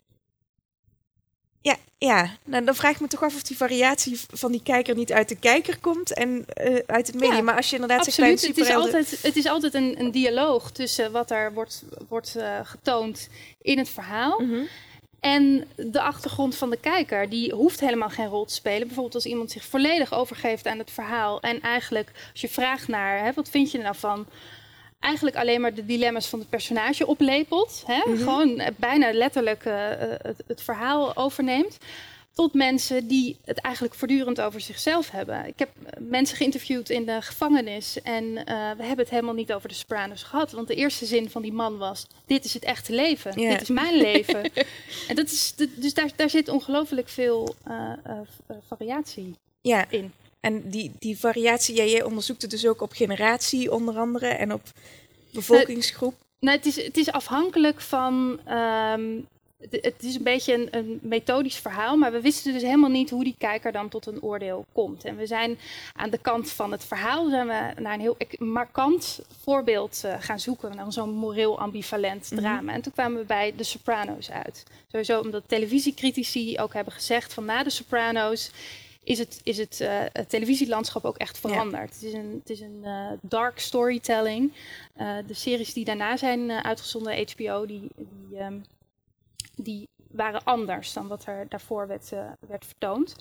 Speaker 14: Ja, ja. Nou, dan vraag ik me toch af of die variatie van die kijker niet uit de kijker komt en uh, uit het medium. Ja, maar als je inderdaad zegt bij een superhelden...
Speaker 2: Het is altijd, het is altijd een, een dialoog tussen wat er wordt, wordt uh, getoond in het verhaal. Mm-hmm. En de achtergrond van de kijker, die hoeft helemaal geen rol te spelen. Bijvoorbeeld als iemand zich volledig overgeeft aan het verhaal. En eigenlijk, als je vraagt naar, hè, wat vind je er nou van? Eigenlijk alleen maar de dilemma's van het personage oplepelt. Hè? Mm-hmm. Gewoon bijna letterlijk uh, het, het verhaal overneemt. Tot mensen die het eigenlijk voortdurend over zichzelf hebben. Ik heb mensen geïnterviewd in de gevangenis. En uh, we hebben het helemaal niet over de Sopranos gehad. Want de eerste zin van die man was... dit is het echte leven. Yeah. Dit is mijn leven. En dat is, dus daar, daar zit ongelooflijk veel uh, uh, variatie
Speaker 14: ja.
Speaker 2: in.
Speaker 14: En die, die variatie, ja, jij onderzoekt het dus ook op generatie onder andere. En op bevolkingsgroep.
Speaker 2: Uh, nou, het, is, het is afhankelijk van... Um, Het is een beetje een, een methodisch verhaal, maar we wisten dus helemaal niet hoe die kijker dan tot een oordeel komt. En we zijn aan de kant van het verhaal zijn we naar een heel markant voorbeeld uh, gaan zoeken, naar zo'n moreel ambivalent drama. Mm-hmm. En toen kwamen we bij de Sopranos uit. Sowieso omdat televisiecritici ook hebben gezegd van na de Sopranos is het, is het, uh, het televisielandschap ook echt veranderd. Ja. Het is een, het is een uh, dark storytelling. Uh, de series die daarna zijn uh, uitgezonden, H B O, die... die um, die waren anders dan wat er daarvoor werd, uh, werd vertoond.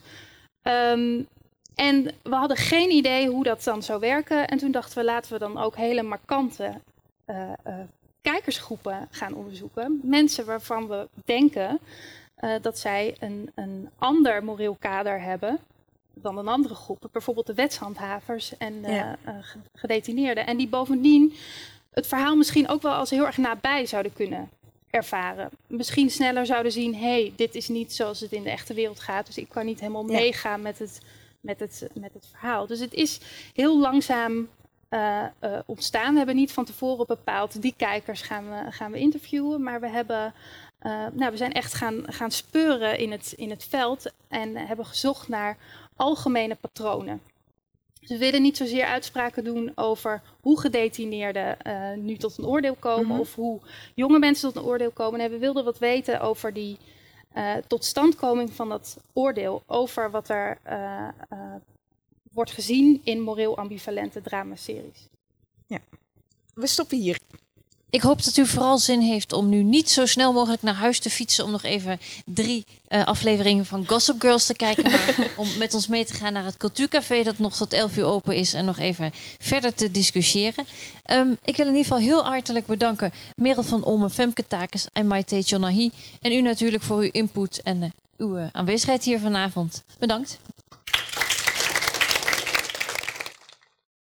Speaker 2: Um, en we hadden geen idee hoe dat dan zou werken. En toen dachten we, laten we dan ook hele markante uh, uh, kijkersgroepen gaan onderzoeken. Mensen waarvan we denken uh, dat zij een, een ander moreel kader hebben dan een andere groep. Bijvoorbeeld de wetshandhavers en uh, ja. uh, gedetineerden. En die bovendien het verhaal misschien ook wel als heel erg nabij zouden kunnen ervaren. Misschien sneller zouden zien, hé, hey, dit is niet zoals het in de echte wereld gaat. Dus ik kan niet helemaal ja. meegaan met het, met, het, met het verhaal. Dus het is heel langzaam uh, uh, ontstaan. We hebben niet van tevoren bepaald, die kijkers gaan we, gaan we interviewen. Maar we hebben, uh, nou, we zijn echt gaan, gaan speuren in het, in het veld en hebben gezocht naar algemene patronen. Ze willen niet zozeer uitspraken doen over hoe gedetineerden uh, nu tot een oordeel komen. Mm-hmm. Of hoe jonge mensen tot een oordeel komen. Nee, we wilden wat weten over die uh, totstandkoming van dat oordeel. Over wat er uh, uh, wordt gezien in moreel ambivalente dramaseries.
Speaker 14: Ja, we stoppen hier.
Speaker 1: Ik hoop dat u vooral zin heeft om nu niet zo snel mogelijk naar huis te fietsen om nog even drie uh, afleveringen van Gossip Girls te kijken. Maar om met ons mee te gaan naar het cultuurcafé dat nog tot elf uur open is en nog even verder te discussiëren. Um, ik wil in ieder geval heel hartelijk bedanken Merel van Olmen, Femke Takes en Maite Jonahi. En u natuurlijk voor uw input en uh, uw uh, aanwezigheid hier vanavond. Bedankt.